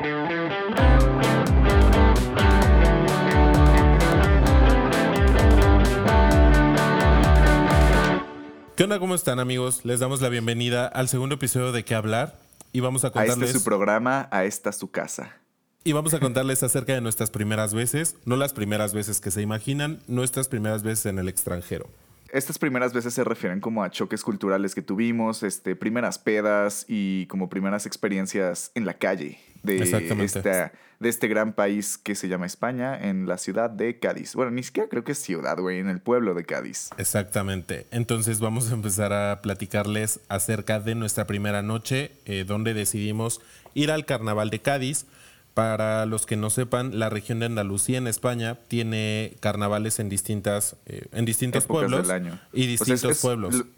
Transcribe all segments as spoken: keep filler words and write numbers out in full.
¿Qué onda? ¿Cómo están, amigos? Les damos la bienvenida al segundo episodio de ¿Qué hablar? Y vamos a contarles... A este su programa, a esta su casa. Y vamos a contarles acerca de nuestras primeras veces, no las primeras veces que se imaginan, nuestras primeras veces en el extranjero. Estas primeras veces se refieren como a choques culturales que tuvimos, este, primeras pedas y como primeras experiencias en la calle de, esta, de este gran país que se llama España, en la ciudad de Cádiz. Bueno, ni siquiera creo que es ciudad, güey, en el pueblo de Cádiz. Exactamente. Entonces vamos a empezar a platicarles acerca de nuestra primera noche, eh, donde decidimos ir al Carnaval de Cádiz. Para los que no sepan, la región de Andalucía en España tiene carnavales en distintas eh, en distintos épocas pueblos del año. y distintos o sea, es, es, pueblos. Lo,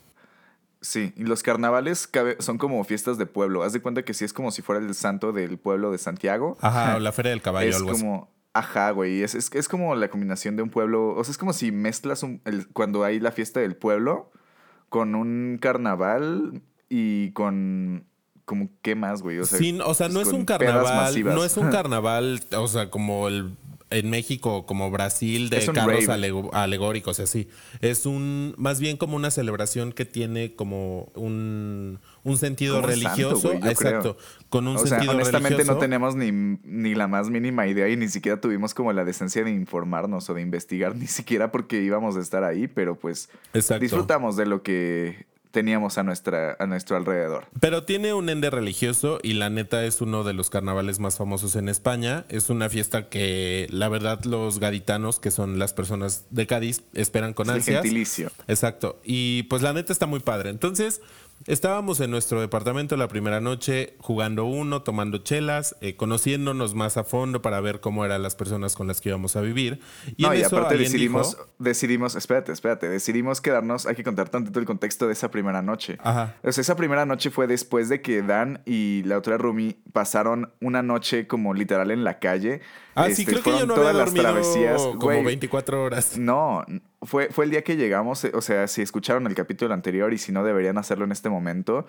sí, y los carnavales cabe, son como fiestas de pueblo. Haz de cuenta que sí es como si fuera el santo del pueblo de Santiago. Ajá, o la Feria del Caballo, es algo como, así. Ajá, güey. Es, es, es como la combinación de un pueblo. O sea, es como si mezclas un, el, cuando hay la fiesta del pueblo con un carnaval y con... Como, ¿qué más, güey? O sea, sí, o sea, no es un carnaval, no es un carnaval, o sea, como el en México, como Brasil, de carros alego- alegóricos y así. Es un, más bien como una celebración que tiene como un, un sentido como religioso. Santo, güey, exacto, creo. con un o sentido sea, honestamente religioso. No tenemos ni, ni la más mínima idea y ni siquiera tuvimos como la decencia de informarnos o de investigar, ni siquiera porque íbamos a estar ahí, pero pues exacto. Disfrutamos de lo que... teníamos a, nuestra, a nuestro alrededor. Pero tiene un ende religioso y la neta es uno de los carnavales más famosos en España. Es una fiesta que la verdad los gaditanos, que son las personas de Cádiz, esperan con es ansias. El gentilicio. Exacto. Y pues la neta está muy padre. Entonces... estábamos en nuestro departamento la primera noche jugando uno, tomando chelas, eh, conociéndonos más a fondo para ver cómo eran las personas con las que íbamos a vivir. Y no, en y eso aparte decidimos, dijo, decidimos, espérate, espérate, decidimos quedarnos, hay que contar tantito el contexto de esa primera noche. Ajá. O sea, esa primera noche fue después de que Dan y la otra roomie pasaron una noche como literal en la calle. Ah, este, sí, creo que yo no había dormido travesías, como güey, veinticuatro horas. No, fue, fue el día que llegamos, o sea, si escucharon el capítulo anterior y si no deberían hacerlo en este momento,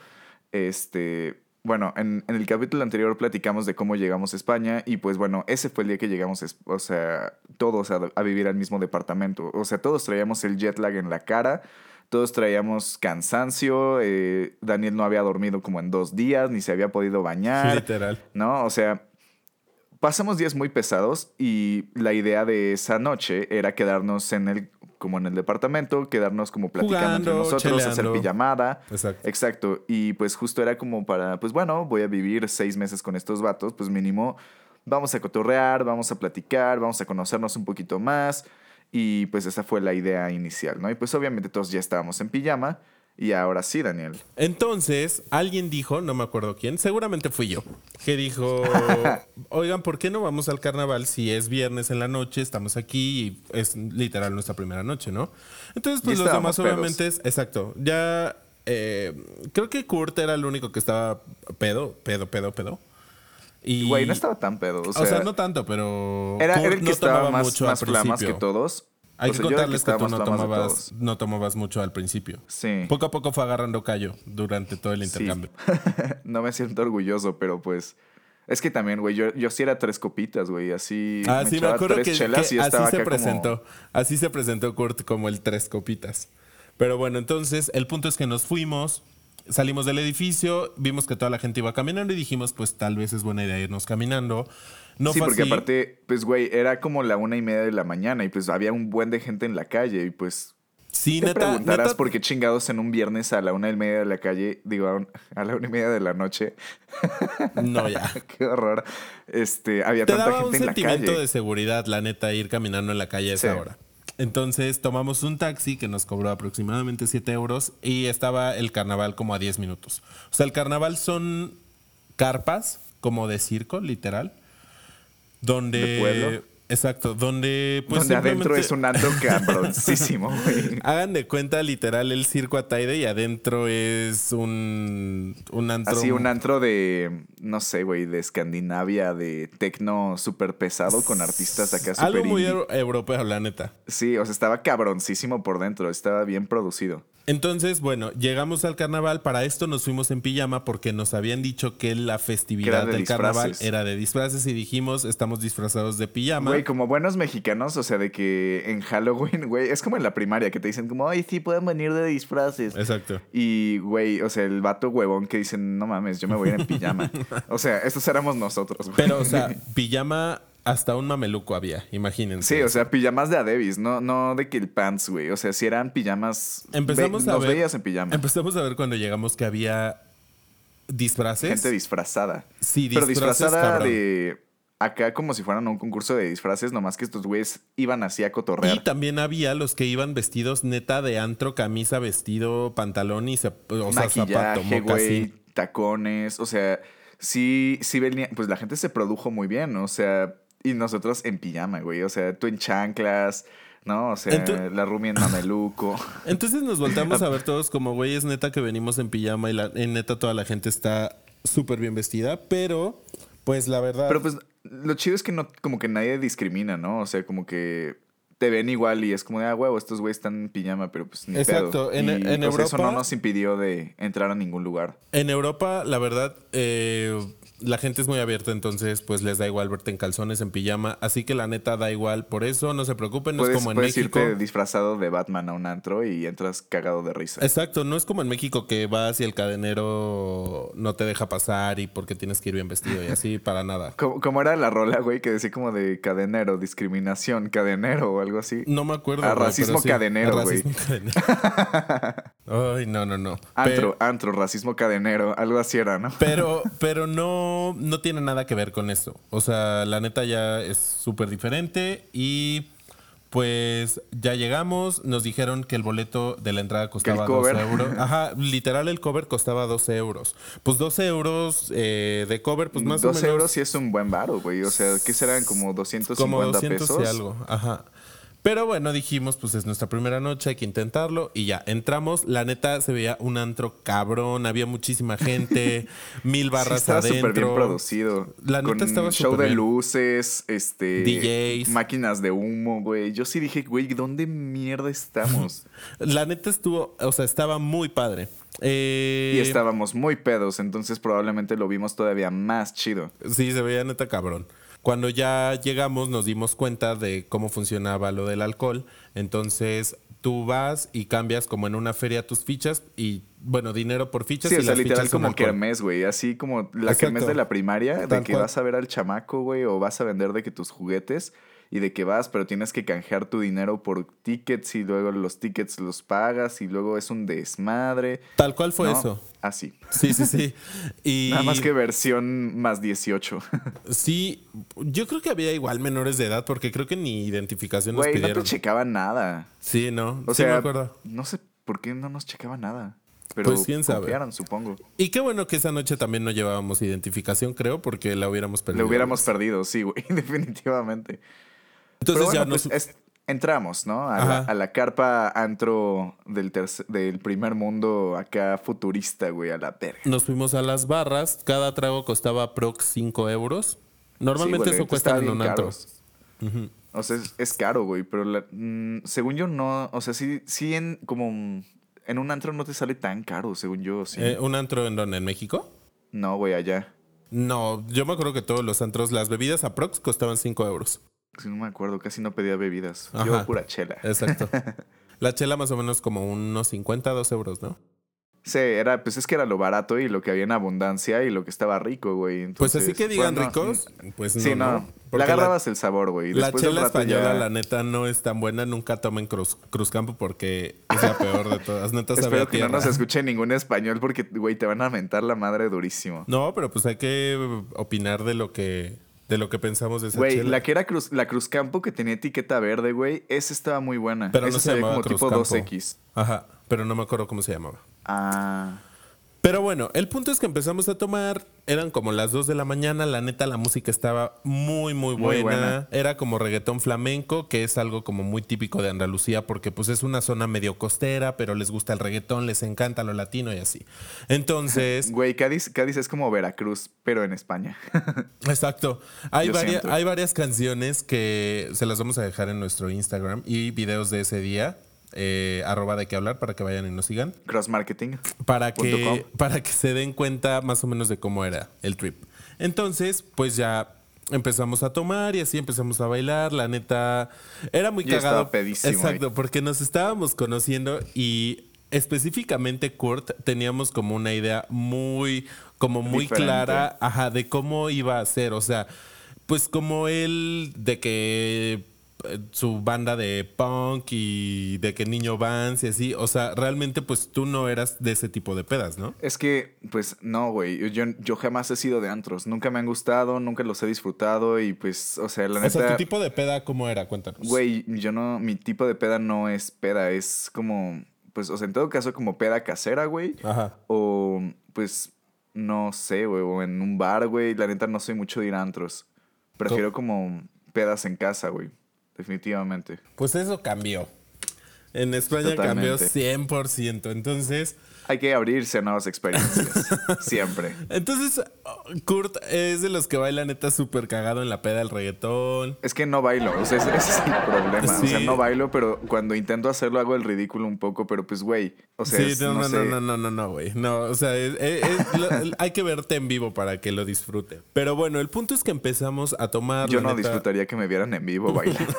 este... Bueno, en, en el capítulo anterior platicamos de cómo llegamos a España y pues bueno, ese fue el día que llegamos, o sea, todos a, a vivir al mismo departamento. O sea, todos traíamos el jet lag en la cara, todos traíamos cansancio, eh, Daniel no había dormido como en dos días, ni se había podido bañar. Literal. ¿No? O sea... pasamos días muy pesados y la idea de esa noche era quedarnos en el, como en el departamento, quedarnos como platicando jugando, entre nosotros, cheleando. hacer pijamada. Exacto. Exacto. Y pues justo era como para, pues bueno, voy a vivir seis meses con estos vatos, pues mínimo vamos a cotorrear, vamos a platicar, vamos a conocernos un poquito más. Y pues esa fue la idea inicial, ¿no? Y pues obviamente todos ya estábamos en pijama. Y ahora sí, Daniel. Entonces, alguien dijo, no me acuerdo quién, seguramente fui yo, que dijo, oigan, ¿por qué no vamos al carnaval si es viernes en la noche, estamos aquí y es literal nuestra primera noche, ¿no? Entonces, pues los demás pedos. Obviamente, es, exacto, ya eh, creo que Kurt era el único que estaba pedo, pedo, pedo, pedo. Y güey, no estaba tan pedo. O sea, o sea no tanto, pero era, Kurt era el que no estaba más, mucho más al flamas principio. que todos. Hay o que sea, contarles que, que tú no tomabas, tomabas, no tomabas mucho al principio. Sí. Poco a poco fue agarrando callo durante todo el intercambio. Sí. No me siento orgulloso, pero pues... es que también, güey, yo, yo sí era tres copitas, güey. Así ah, me sí, echaba me acuerdo tres que, chelas que y así estaba se acá presentó. como... Así se presentó Kurt como el tres copitas. Pero bueno, entonces el punto es que nos fuimos, salimos del edificio, vimos que toda la gente iba caminando y dijimos, pues tal vez es buena idea irnos caminando. No sí, fue porque así. aparte, pues, güey, era como la una y media de la mañana y pues había un buen de gente en la calle y pues... sí, te neta, preguntarás neta... por qué chingados en un viernes a la una y media de la calle, digo, a, un, a la una y media de la noche. No, ya. Qué horror. Este, había te tanta daba gente un en la calle. sentimiento de seguridad, la neta, ir caminando en la calle a esa sí. hora. Entonces tomamos un taxi que nos cobró aproximadamente siete euros y estaba el carnaval como a diez minutos. O sea, el carnaval son carpas como de circo, literal. Donde... ¿de pueblo? Exacto, donde... pues donde simplemente... adentro es un antro cabroncísimo, güey. Hagan de cuenta, literal, el circo Ataide y adentro es un, un antro... así, un antro de, no sé, güey, de Escandinavia, de tecno súper pesado con artistas acá súper algo muy indie. europeo, la neta. Sí, o sea, estaba cabroncísimo por dentro, estaba bien producido. Entonces, bueno, llegamos al carnaval. Para esto nos fuimos en pijama porque nos habían dicho que la festividad de del carnaval disfraces. era de disfraces y dijimos, estamos disfrazados de pijama. Güey, como buenos mexicanos, o sea, de que en Halloween, güey, es como en la primaria que te dicen como, ay, sí, pueden venir de disfraces. Exacto. Y, güey, o sea, el vato huevón que dicen, no mames, yo me voy a ir en pijama. O sea, estos éramos nosotros, güey. Pero, o sea, pijama hasta un mameluco había, imagínense. Sí, o sea, pijamas de a Davis, no, no de que el pants, güey. O sea, si eran pijamas, Empezamos ve, a los ver, veías en pijama. Empezamos a ver cuando llegamos que había disfraces. Gente disfrazada. Sí, Pero disfraces, disfrazada cabrón. de... Acá como si fueran a un concurso de disfraces, nomás que estos güeyes iban así a cotorrear. Y también había los que iban vestidos neta de antro, camisa, vestido, pantalón y zap- o sea, zapato, Maquillaje, güey, mocasín. tacones, o sea, sí, sí venía, pues la gente se produjo muy bien, o sea, y nosotros en pijama, güey, o sea, tú en chanclas, ¿no? O sea, Entu- la Rumi en mameluco. Entonces nos volteamos a ver todos como, güey, es neta que venimos en pijama y la, en neta toda la gente está súper bien vestida, pero pues la verdad... Pero pues lo chido es que no, como que nadie discrimina, ¿no? O sea, como que te ven igual y es como de, ah, huevo, estos güeyes están en pijama, pero pues ni Exacto. pedo. En- Y, en o sea, eso no Europa- nos impidió de entrar a ningún lugar. En Europa, la verdad, eh, la gente es muy abierta, entonces pues les da igual verte en calzones, en pijama, así que la neta da igual, por eso no se preocupen, no es Puedes, como en puedes México. irte disfrazado de Batman a un antro y entras cagado de risa. Exacto, no es como en México que vas y el cadenero no te deja pasar y porque tienes que ir bien vestido y así, para nada. ¿Cómo, cómo era la rola, güey? Que decía como de cadenero, discriminación, cadenero o algo así. No me acuerdo. Ah, güey, racismo pero sí, cadenero, a güey. racismo cadenero. Ay, no, no, no. Antro, Pe- antro, racismo cadenero, algo así era, ¿no? Pero, pero no, no tiene nada que ver con eso. O sea, la neta ya es súper diferente y pues ya llegamos. Nos dijeron que el boleto de la entrada costaba cover. doce euros. Ajá, literal el cover costaba doce euros. Pues doce euros eh, de cover, pues más o doce menos. euros sí es un buen varo, güey. O sea, ¿qué serán? Como doscientos Como cincuenta doscientos pesos. y algo. Ajá. Pero bueno, dijimos, pues es nuestra primera noche, hay que intentarlo. Y ya, entramos. La neta, se veía un antro cabrón. Había muchísima gente, mil barras Sí, estaba adentro. súper bien producido. La neta con estaba show súper de bien. luces, este... D Js. Máquinas de humo, güey. Yo sí dije, güey, ¿dónde mierda estamos? La neta estuvo, o sea, estaba muy padre. Eh, Y estábamos muy pedos, entonces probablemente lo vimos todavía más chido. Sí, se veía neta cabrón. Cuando ya llegamos nos dimos cuenta de cómo funcionaba lo del alcohol. Entonces tú vas y cambias como en una feria tus fichas y, bueno, dinero por fichas. Sí, y o sea, las literal fichas son como alcohol. kermés, güey. Así como la Exacto. kermés de la primaria, de Tal que cual. vas a ver al chamaco, güey, o vas a vender de que tus juguetes y de que vas, pero tienes que canjear tu dinero por tickets y luego los tickets los pagas y luego es un desmadre. Tal cual fue ¿no? eso. Así. Sí, sí, sí. Y Nada más que versión más dieciocho. sí, yo creo que había igual menores de edad porque creo que ni identificación nos Güey, no pidieron. te checaban nada. Sí, no. O sí me sea, acuerdo. no sé por qué no nos checaban nada. Pero Pues, quién sabe. confiaron, supongo. Y qué bueno que esa noche también no llevábamos identificación, creo, porque la hubiéramos perdido. Le hubiéramos perdido, sí, güey, definitivamente. Entonces Pero bueno, ya nos... pues es- entramos, ¿no? A la, Ajá. a la carpa antro del, terce- del primer mundo acá futurista, güey, a la verga. Nos fuimos a las barras. Cada trago costaba prox cinco euros. Normalmente Sí, eso boletos cuesta estaban en un bien antro. caros. O sea, es, es caro, güey, pero la- mm, según yo no, o sea, sí, sí en como mm, en un antro no te sale tan caro, según yo, sí. Eh, ¿Un antro en donde? ¿En México? No, güey, allá. No, yo me acuerdo que todos los antros, las bebidas a prox costaban cinco euros. Sí, no me acuerdo, casi no pedía bebidas. Ajá. Yo pura chela. Exacto. La chela más o menos como unos cincuenta, dos euros, ¿no? Sí, era, pues es que era lo barato y lo que había en abundancia y lo que estaba rico, güey. Pues Entonces, así que digan bueno, ricos, pues no, sí, no. no. Le Porque la- agarrabas el sabor, güey. La Después de un chela rato española, ya- la neta, no es tan buena. Nunca tomen cruz, Cruzcampo porque es la peor de todas. Neta, sabe Espero a que no tierra. nos escuche ningún español porque, güey, te van a mentar la madre durísimo. No, pero pues hay que opinar de lo que, de lo que pensamos de esa Güey, chela. la que era Cruz, la Cruzcampo que tenía etiqueta verde, güey, esa estaba muy buena. Pero no esa se veía llamaba como tipo Cruzcampo. dos equis. Ajá, pero no me acuerdo cómo se llamaba. Ah. Pero bueno, el punto es que empezamos a tomar, eran como las dos de la mañana, la neta la música estaba muy muy Muy buena. buena. Era como reggaetón flamenco, que es algo como muy típico de Andalucía porque pues es una zona medio costera, pero les gusta el reggaetón, les encanta lo latino y así. Entonces, Güey, Cádiz, Cádiz es como Veracruz, pero en España. exacto. Hay, Yo varia- siento. hay varias canciones que se las vamos a dejar en nuestro Instagram y videos de ese día. eh, arroba de qué hablar para que vayan y nos sigan. Cross Marketing. Para que, para que se den cuenta más o menos de cómo era el trip. Entonces, pues ya empezamos a tomar y así empezamos a bailar. La neta, era muy Yo cagado. estaba pedísimo. Exacto, ahí. porque nos estábamos conociendo y específicamente Kurt teníamos como una idea muy, como muy Diferente. clara, ajá, de cómo iba a ser. O sea, pues como él, de que eh, su banda de punk y de que Niño Vans y así. O sea, realmente pues tú no eras de ese tipo de pedas, ¿no? Es que, pues, no, güey. Yo, yo jamás he sido de antros. Nunca me han gustado, nunca los he disfrutado y, pues, o sea, la O neta... sea, tu tipo de peda, ¿cómo era? Cuéntanos. Güey, yo no... Mi tipo de peda no es peda, es como... Pues, o sea, en todo caso, como peda casera, güey. Ajá. O, pues, no sé, güey. O en un bar, güey. La neta, no soy mucho de ir a antros. Prefiero como pedas en casa, güey. Definitivamente. Pues eso cambió. En España cambió Totalmente. cien por ciento. Entonces, Hay que abrirse a nuevas experiencias. Siempre. entonces Kurt es de los que baila neta súper cagado en la peda del reggaetón. Es que no bailo, o sea, ese, ese es el problema. O sea, Sí. no bailo, pero cuando intento hacerlo hago el ridículo un poco, pero pues, güey, o sea, Sí, es- no, no, no, sé. no, no, no, no, no, güey. No, o sea, es- es- es- lo- hay que verte en vivo para que lo disfruten. Pero bueno, el punto es que empezamos a tomar. Yo la no neta- disfrutaría que me vieran en vivo bailar.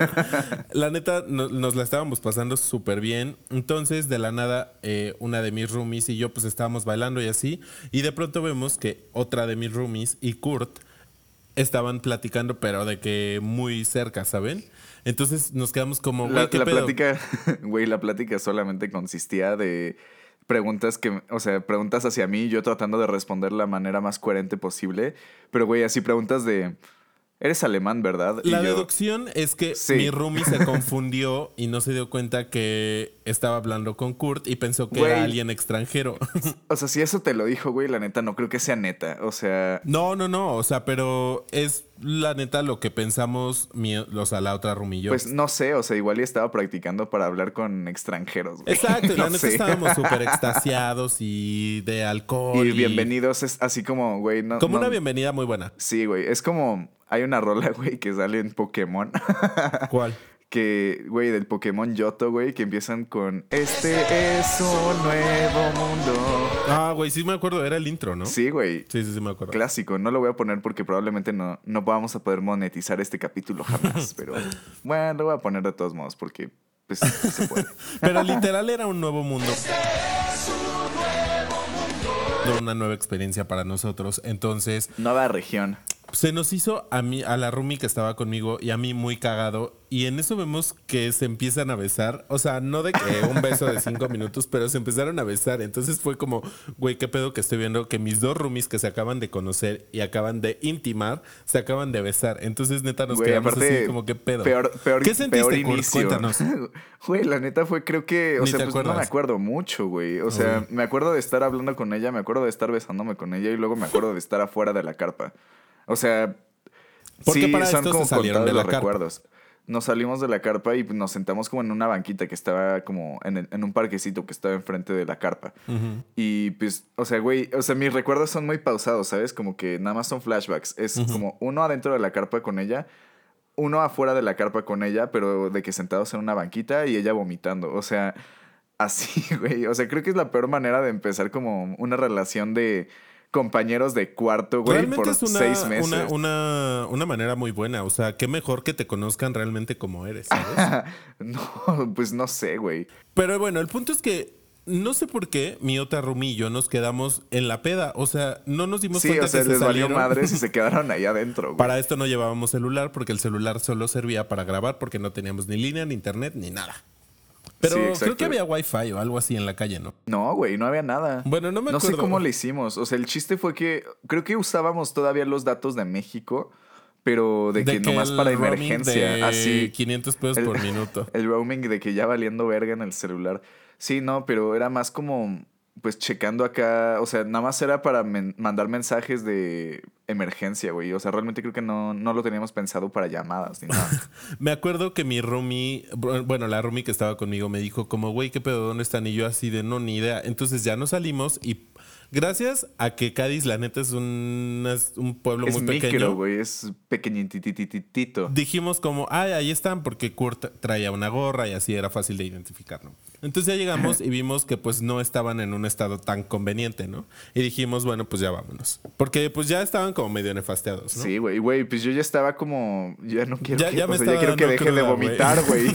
La neta, no- nos la estábamos pasando súper bien. Entonces, de la nada, eh, una de mis roomies y yo, pues estábamos bailando y así. Y de pronto vemos que otra de mis roomies y Kurt estaban platicando, pero de que muy cerca, ¿saben? Entonces nos quedamos como, güey, La, ¿qué la pedo? plática, güey, la plática solamente consistía de preguntas que, o sea, preguntas hacia mí y yo tratando de responder de la manera más coherente posible. Pero, güey, así preguntas de, eres alemán, ¿verdad? Y La yo, deducción es que Sí. mi roomie se confundió y no se dio cuenta que estaba hablando con Kurt y pensó que Güey. era alguien extranjero. o sea, si eso te lo dijo, güey, la neta, no creo que sea neta. O sea, No, no, no, o sea, pero es la neta lo que pensamos, mi, o sea, la otra roomie y yo. pues no sé, o sea, igual y estaba practicando para hablar con extranjeros, güey. Exacto, y la No neta sé. estábamos súper extasiados y de alcohol. Y bienvenidos es así como, güey, no. Como no- una bienvenida muy buena. Sí, güey, es como, hay una rola, güey, que sale en Pokémon. ¿Cuál? que, güey, del Pokémon Yoto, güey, que empiezan con, este es un nuevo mundo. Ah, güey, sí me acuerdo, era el intro, ¿no? Sí, güey. Sí, sí, sí me acuerdo. Clásico, no lo voy a poner porque probablemente no, no vamos a poder monetizar este capítulo jamás, pero bueno, lo voy a poner de todos modos porque pues se puede. Pero literal era un nuevo mundo. Una nueva experiencia para nosotros. Entonces, Nueva región. se nos hizo a mí, a la roomie que estaba conmigo y a mí muy cagado. Y en eso vemos que se empiezan a besar. O sea, no de que un beso de cinco minutos, pero se empezaron a besar. Entonces fue como, güey, qué pedo que estoy viendo que mis dos roomies que se acaban de conocer y acaban de intimar, se acaban de besar. Entonces, neta, nos Güey, quedamos aparte, así como, qué pedo. Peor, peor, ¿Qué sentiste, peor Kurt? inicio. Cuéntanos. Güey, la neta fue, creo que, o Ni sea, te pues no me acuerdas. acuerdo mucho, güey. O sea, Uy. me acuerdo de estar hablando con ella, me acuerdo de estar besándome con ella y luego me acuerdo de estar afuera de la carpa. O sea, Porque sí, para son esto como se salieron contados de la los carpa. recuerdos. Nos salimos de la carpa y nos sentamos como en una banquita que estaba como en, el- en un parquecito que estaba enfrente de la carpa. Ujú. Y pues, o sea, güey, o sea, mis recuerdos son muy pausados, ¿sabes? Como que nada más son flashbacks. Es Ujú. como uno adentro de la carpa con ella, uno afuera de la carpa con ella, pero de que sentados en una banquita y ella vomitando. O sea, así, güey. O sea, creo que es la peor manera de empezar como una relación de compañeros de cuarto, güey, Realmente por es una, seis meses. una, una, una manera muy buena. O sea, qué mejor que te conozcan realmente como eres, ¿sabes? No, pues no sé, güey. Pero bueno, el punto es que no sé por qué mi otra roomie y yo nos quedamos en la peda. O sea, no nos dimos Sí, cuenta o sea, que se les valió salieron. madres y se quedaron ahí adentro, güey. Para esto no llevábamos celular porque el celular solo servía para grabar porque no teníamos ni línea, ni internet, ni nada. Pero Sí, creo exacto. que había wifi o algo así en la calle, ¿no? No, güey, no había nada. Bueno, no me No sé acuerdo. cómo le hicimos. O sea, el chiste fue que creo que usábamos todavía los datos de México, pero de, que nomás el para roaming emergencia. de Así. quinientos pesos El- por minuto. El roaming de que ya valiendo verga en el celular. Sí, no, pero era más como, pues checando acá. O sea, nada más era para men- mandar mensajes de emergencia, güey. O sea, realmente creo que no, no lo teníamos pensado para llamadas ni nada. Me acuerdo que mi roomie, bueno, la roomie que estaba conmigo me dijo como, güey, ¿qué pedo? ¿Dónde están? Y yo así de, no, ni idea. Entonces ya nos salimos y Gracias a que Cádiz, la neta, es un, es un pueblo Es muy micro, pequeño. güey, es pequeñitititito. Dijimos como, ay, ahí están, porque Kurt traía una gorra y así era fácil de identificarlo. Entonces ya llegamos y vimos que pues no estaban en un estado tan conveniente, ¿no? Y dijimos, bueno, pues ya vámonos. Porque pues ya estaban como medio nefasteados, ¿no? Sí, güey, güey, pues yo ya estaba como, ya no quiero Ya- que, ya o me sea, ya estaba quiero que dando deje de cruda, güey. vomitar, güey.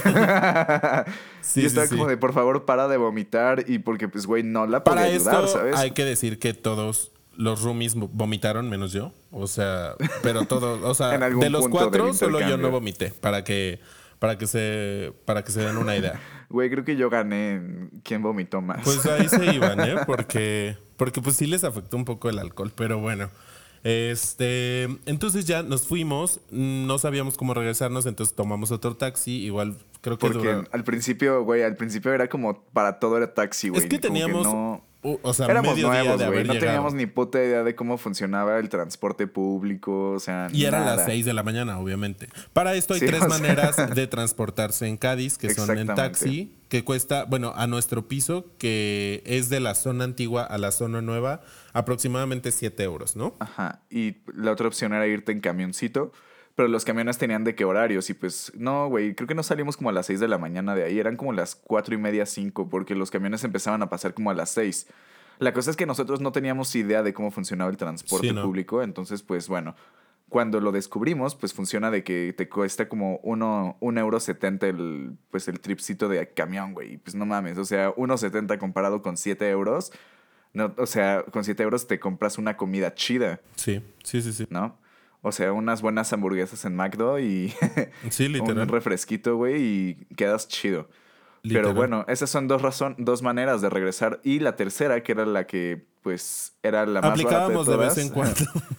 Sí, Yo sí, estaba sí. como de, por favor, para de vomitar y porque, pues, güey, no la podía Para ayudar, esto ¿sabes? hay que decir que todos los roomies vo- vomitaron menos yo. O sea, pero todos, o sea, En algún de los punto cuatro del solo yo intercambio. no vomité, para que, para que se, para que se den una idea. Güey, creo que yo gané en quién vomitó más. Pues ahí se iban, ¿eh? Porque, porque pues sí les afectó un poco el alcohol, pero bueno. Este, entonces ya nos fuimos, no sabíamos cómo regresarnos, entonces tomamos otro taxi, igual creo que Porque duró- al principio, güey, al principio era como para todo era taxi, güey. Es que como teníamos, no... u- o sea, Éramos medio día nuevos, de güey. haber No llegado. teníamos ni puta idea de cómo funcionaba el transporte público, o sea, Y eran nada. las seis de la mañana, obviamente. Para esto hay Sí, tres o sea. maneras de transportarse en Cádiz, que son en Exactamente. taxi, que cuesta, bueno, a nuestro piso, que es de la zona antigua a la zona nueva, aproximadamente siete euros, ¿no? Ajá. Y la otra opción era irte en camioncito, pero los camiones tenían de qué horarios. Y pues, no, güey, creo que no salimos como a las seis de la mañana de ahí. Eran como las cuatro y media, cinco, porque los camiones empezaban a pasar como a las seis. La cosa es que nosotros no teníamos idea de cómo funcionaba el transporte Sí, ¿no? público. Entonces, pues bueno, cuando lo descubrimos, pues funciona de que te cuesta como uno, un euro setenta el, pues el tripcito de camión, güey. Y pues no mames, o sea, uno setenta comparado con siete euros. No, o sea, con siete euros te compras una comida chida, Sí, sí, sí, sí. ¿no? O sea, unas buenas hamburguesas en McDo y Sí, literal. un refresquito, güey, y quedas chido. Literal. Pero bueno, esas son dos, razón, dos maneras de regresar. Y la tercera, que era la que, pues, era la más Aplicábamos de barata de vez todas. en cuando.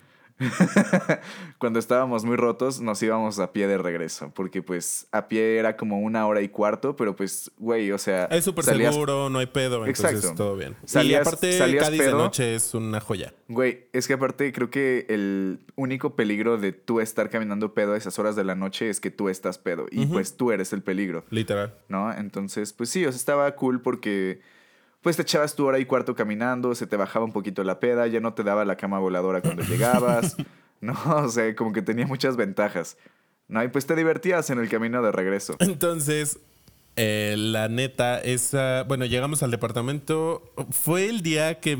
Cuando estábamos muy rotos, nos íbamos a pie de regreso. Porque, pues, a pie era como una hora y cuarto, pero, pues, güey, o sea... Es súper salías- seguro, no hay pedo, entonces Exacto. todo bien. y Salías- aparte, salías Cádiz de pedo. noche es una joya. Güey, es que aparte creo que el único peligro de tú estar caminando pedo a esas horas de la noche es que tú estás pedo. Y pues tú eres el peligro, Literal. ¿no? Entonces, pues sí, o sea, estaba cool porque pues te echabas tu hora y cuarto caminando, se te bajaba un poquito la peda, ya no te daba la cama voladora cuando llegabas, ¿no? O sea, como que tenía muchas ventajas, ¿no? Y pues te divertías en el camino de regreso. Entonces, eh, la neta, esa. Bueno, llegamos al departamento. ¿Fue el día que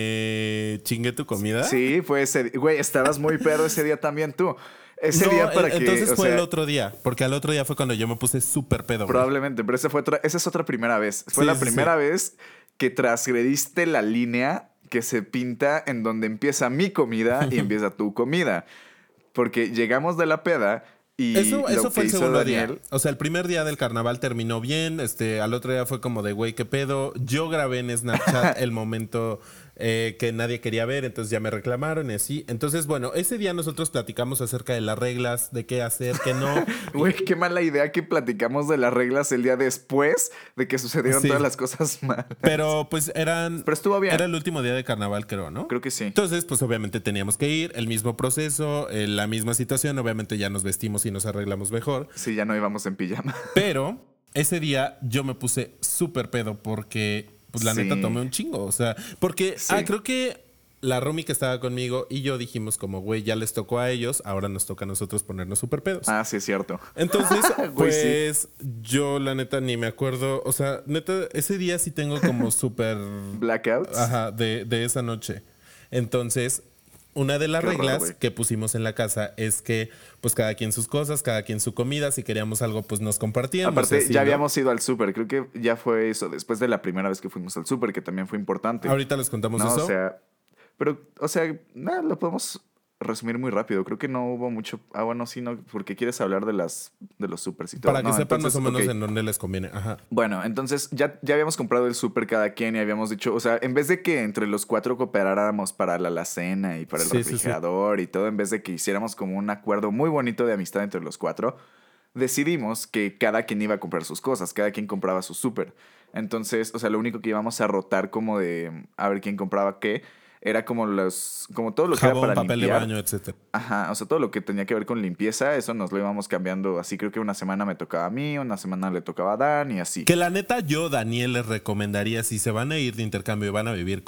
me chingué tu comida? Sí, fue ese día. Güey, estabas muy pedo ese día también tú. Ese No, día para eh, que... entonces o fue sea, el otro día, porque al otro día fue cuando yo me puse súper pedo. güey. Probablemente, pero esa fue otra, esa es otra primera vez. Fue Sí, la sí, primera vez que transgrediste la línea que se pinta en donde empieza mi comida y empieza tu comida. Porque llegamos de la peda y Eso, lo eso fue que el hizo segundo Daniel... día. O sea, el primer día del carnaval terminó bien. Este, al otro día fue como de, güey, qué pedo. Yo grabé en Snapchat el momento eh, que nadie quería ver, entonces ya me reclamaron y así. Entonces, bueno, ese día nosotros platicamos acerca de las reglas, de qué hacer, qué no. Güey, qué mala idea que platicamos de las reglas el día después de que sucedieron Sí. todas las cosas mal. Pero pues eran. Pero estuvo bien. Era el último día de carnaval, creo, ¿no? Creo que sí. Entonces, pues obviamente teníamos que ir, el mismo proceso, eh, la misma situación. Obviamente ya nos vestimos y nos arreglamos mejor. Sí, ya no íbamos en pijama. Pero ese día yo me puse súper pedo porque, pues la Sí. neta, tomé un chingo. O sea, porque Sí. ah, creo que la roomie que estaba conmigo y yo dijimos como, güey, ya les tocó a ellos, ahora nos toca a nosotros ponernos súper pedos. Ah, sí, es cierto. Entonces, Güey, sí. pues yo la neta ni me acuerdo. O sea, neta, ese día sí tengo como súper... Blackouts. Ajá, de, de esa noche. Entonces, una de las Qué horror, reglas güey. que pusimos en la casa es que, pues, cada quien sus cosas, cada quien su comida. Si queríamos algo, pues nos compartíamos. Aparte, así, ya ¿no? habíamos ido al súper. Creo que ya fue eso. Después de la primera vez que fuimos al súper, que también fue importante. Ahorita les contamos No, eso. o sea, pero, o sea, nada, lo podemos resumir muy rápido. Creo que no hubo mucho. Ah, bueno, sí, no, porque quieres hablar de las de los supers y todo. para que No, sepan entonces, más o menos ok. en dónde les conviene. Ajá. Bueno, entonces ya, ya habíamos comprado el súper cada quien y habíamos dicho, o sea, en vez de que entre los cuatro cooperáramos para la alacena y para el Sí, sí, sí. refrigerador y todo, en vez de que hiciéramos como un acuerdo muy bonito de amistad entre los cuatro, decidimos que cada quien iba a comprar sus cosas, cada quien compraba su súper. Entonces, o sea, lo único que íbamos a rotar como de a ver quién compraba qué, era como los, como todo lo que Jabón, era para papel limpiar. de baño, etcétera. Ajá, o sea, todo lo que tenía que ver con limpieza, eso nos lo íbamos cambiando así. Creo que una semana me tocaba a mí, una semana le tocaba a Dan y así. Que la neta, yo, Daniel, les recomendaría, si se van a ir de intercambio y van a vivir con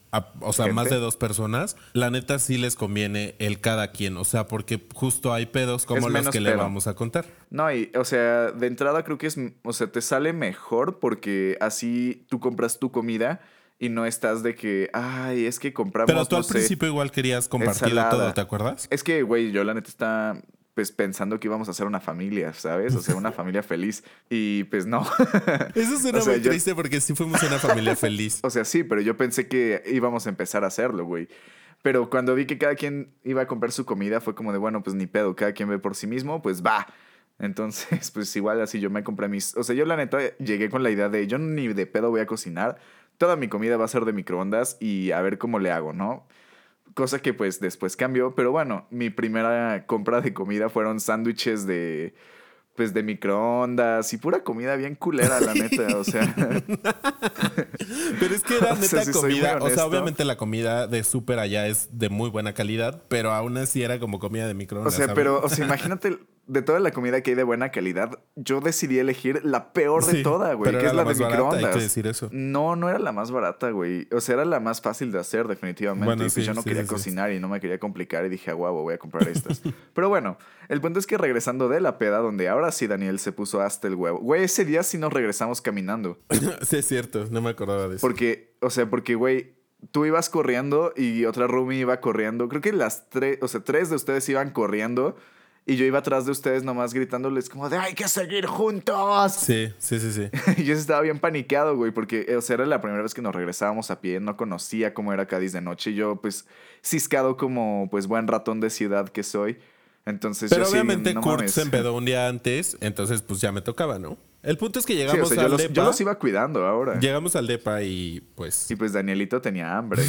a- o sea, Gente. más de dos personas, la neta sí les conviene el cada quien. O sea, porque justo hay pedos como Es los menos que le pedo. vamos a contar. No, y, o sea, de entrada creo que es, o sea, te sale mejor porque así tú compras tu comida y no estás de que, ay, es que compramos, Pero tú no al sé, principio igual querías compartido ensalada. todo, ¿te acuerdas? Es que, güey, yo la neta estaba pues pensando que íbamos a hacer una familia, ¿sabes? O sea, una familia feliz. Y pues no. Eso suena O sea, muy yo- triste porque sí fuimos una familia feliz. O sea, sí, pero yo pensé que íbamos a empezar a hacerlo, güey. Pero cuando vi que cada quien iba a comprar su comida, fue como de, bueno, pues ni pedo, cada quien ve por sí mismo, pues va. Entonces, pues igual así yo me compré mis... O sea, yo la neta llegué con la idea de, yo ni de pedo voy a cocinar, toda mi comida va a ser de microondas y a ver cómo le hago, ¿no? Cosa que pues después cambió, pero bueno, mi primera compra de comida fueron sándwiches de... Pues de microondas y pura comida bien culera, la neta, o sea... Pero es que era O sea, neta si soy muy comida. O sea, honesto. obviamente la comida de súper allá es de muy buena calidad, pero aún así era como comida de O microondas. sea, ¿sabes? pero, o sea, imagínate, de toda la comida que hay de buena calidad, yo decidí elegir la peor de Sí, toda, güey, pero que era es la la, de más barata, hay microondas. que decir eso. No, no era la más barata, güey. O sea, era la más fácil de hacer, definitivamente. Bueno, y pues sí, yo no sí, quería sí, sí. cocinar y no me quería complicar y dije, ah, guau, voy a comprar estas. Pero bueno, el punto es que regresando de la peda, donde ahora sí Daniel se puso hasta el huevo. Güey, ese día sí nos regresamos caminando. Sí, es cierto, no me acordaba de eso. Porque, o sea, porque, güey, tú ibas corriendo y otra roomie iba corriendo. Creo que las tres, o sea, tres de ustedes iban corriendo y yo iba atrás de ustedes nomás gritándoles como de ¡hay que seguir juntos! Sí, sí, sí, sí. Y yo estaba bien paniqueado, güey, porque, o sea, era la primera vez que nos regresábamos a pie. No conocía cómo era Cádiz de noche. Y yo, pues, ciscado como, pues, buen ratón de ciudad que soy. Entonces, Pero yo sí, obviamente no Kurt mames. se empedó un día antes, entonces pues ya me tocaba, ¿no? El punto es que Sí, llegamos o sea, yo al los, depa. yo los iba cuidando ahora. Llegamos al depa y pues... Y pues Danielito tenía hambre.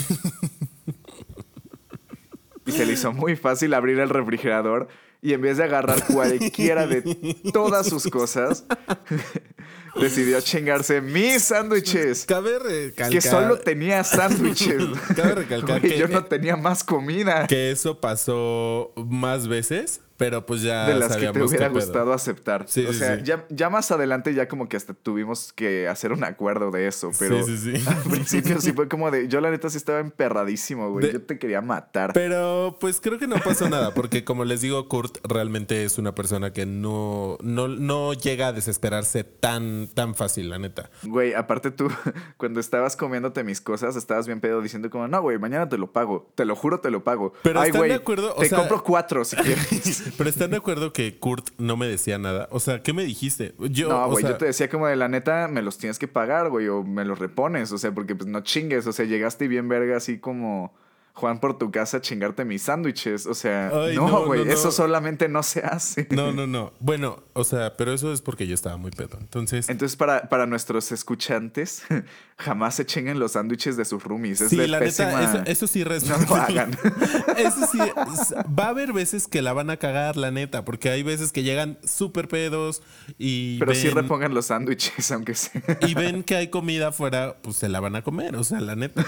Y se le hizo muy fácil abrir el refrigerador y en vez de agarrar cualquiera de todas sus cosas, decidió chingarse mis sándwiches. Cabe recalcar... Que solo tenía sándwiches. Cabe recalcar Güey, que- yo no tenía más comida. Que eso pasó más veces, pero pues ya De las que sabíamos te hubiera qué pedo. gustado aceptar. Sí, o sí, sea, sí. Ya, ya más adelante ya como que hasta tuvimos que hacer un acuerdo de eso, pero Sí, sí, sí. al principio sí fue como de, yo la neta sí estaba emperradísimo, güey, De- yo te quería matar. Pero pues creo que no pasó nada, porque como les digo, Kurt realmente es una persona que no, no, no llega a desesperarse tan, tan fácil, la neta. Güey, aparte tú, cuando estabas comiéndote mis cosas, estabas bien pedo diciendo como, no, güey, mañana te lo pago, te lo juro, te lo pago. Pero Ay, ¿están güey, de acuerdo? O te sea- compro cuatro si quieres. Pero ¿están de acuerdo que Kurt no me decía nada? O sea, ¿qué me dijiste? Yo, No, o güey, sea, yo te decía como de la neta, me los tienes que pagar, güey, o me los repones, o sea, porque pues no chingues, o sea, llegaste bien verga así como Juan por tu casa a chingarte mis sándwiches, o sea, Ay, no, no, güey, no, no. eso solamente no se hace. No, no, no. Bueno, o sea, pero eso es porque yo estaba muy pedo. Entonces, Entonces, para, para nuestros escuchantes, jamás se chinguen los sándwiches de sus roomies. Es sí, de la pésima... neta, eso, eso sí No respeto. lo hagan. Eso sí, es- va a haber veces que la van a cagar, la neta, porque hay veces que llegan súper pedos y Pero sí ven, repongan los sándwiches, aunque sea. y ven que hay comida afuera, pues se la van a comer, o sea, la neta.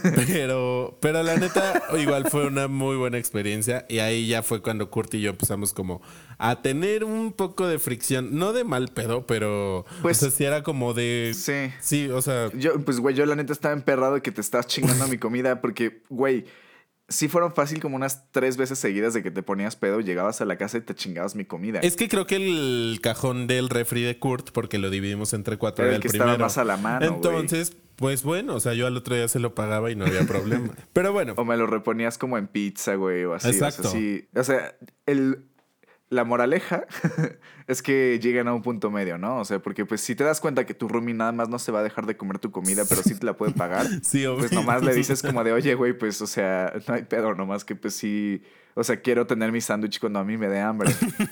Pero, pero la neta, igual fue una muy buena experiencia y ahí ya fue cuando Kurt y yo empezamos como a tener un poco de fricción, no de mal pedo, pero Pues, o sea, sí era como de... Sí. Sí, o sea... Yo, pues, güey, yo la neta estaba emperrado de que te estás chingando mi comida porque, güey, sí fueron fácil como unas tres veces seguidas de que te ponías pedo, llegabas a la casa y te chingabas mi comida. Es que creo que el cajón del refri de Kurt, porque lo dividimos entre cuatro, Era era el el que primero. estaba más a la mano, Entonces, pues bueno, o sea, yo al otro día se lo pagaba y no había problema. Pero bueno, O me lo reponías como en pizza, güey, o así. Exacto. O sea, sí. O sea, el, la moraleja es que lleguen a un punto medio, ¿no? O sea, porque pues si te das cuenta que tu roomie nada más no se va a dejar de comer tu comida, pero sí te la puede pagar, sí, obvio. pues nomás le dices como de, oye, güey, pues, o sea, no hay pedo, nomás que pues sí, o sea, quiero tener mi sándwich cuando a mí me dé hambre.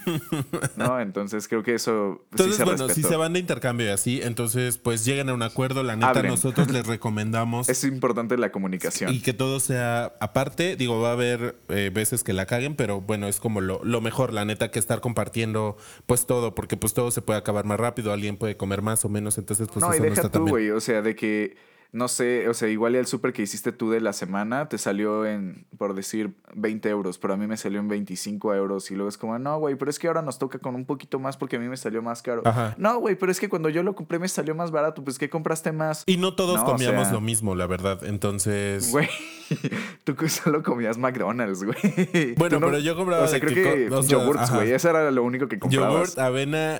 ¿No? Entonces creo que eso pues, Entonces, sí se bueno, respetó. si se van de intercambio y así, entonces pues lleguen a un acuerdo. La neta, Hablen. nosotros les recomendamos Es importante la comunicación. y que todo sea aparte. Digo, va a haber eh, veces que la caguen, pero bueno, es como lo, lo mejor, la neta, que estar compartiendo pues todo, porque pues todo se puede acabar más rápido, alguien puede comer más o menos, entonces pues No, y eso no deja está tan tú, bien. güey, o sea, de que no sé, o sea, igual y el súper que hiciste tú de la semana te salió en, por decir, veinte euros, pero a mí me salió en veinticinco euros y luego es como, no, güey, pero es que ahora nos toca con un poquito más porque a mí me salió más caro. Ajá. No, güey, pero es que cuando yo lo compré me salió más barato, pues ¿qué compraste más? Y no todos No, o comíamos sea, lo mismo, la verdad. Entonces. güey, tú que solo comías McDonald's, güey. Bueno, Tú no- pero yo compraba O sea, de creo que que co- o sea, yogurts, ajá. güey, eso era lo único que comprabas. Yogurt, avena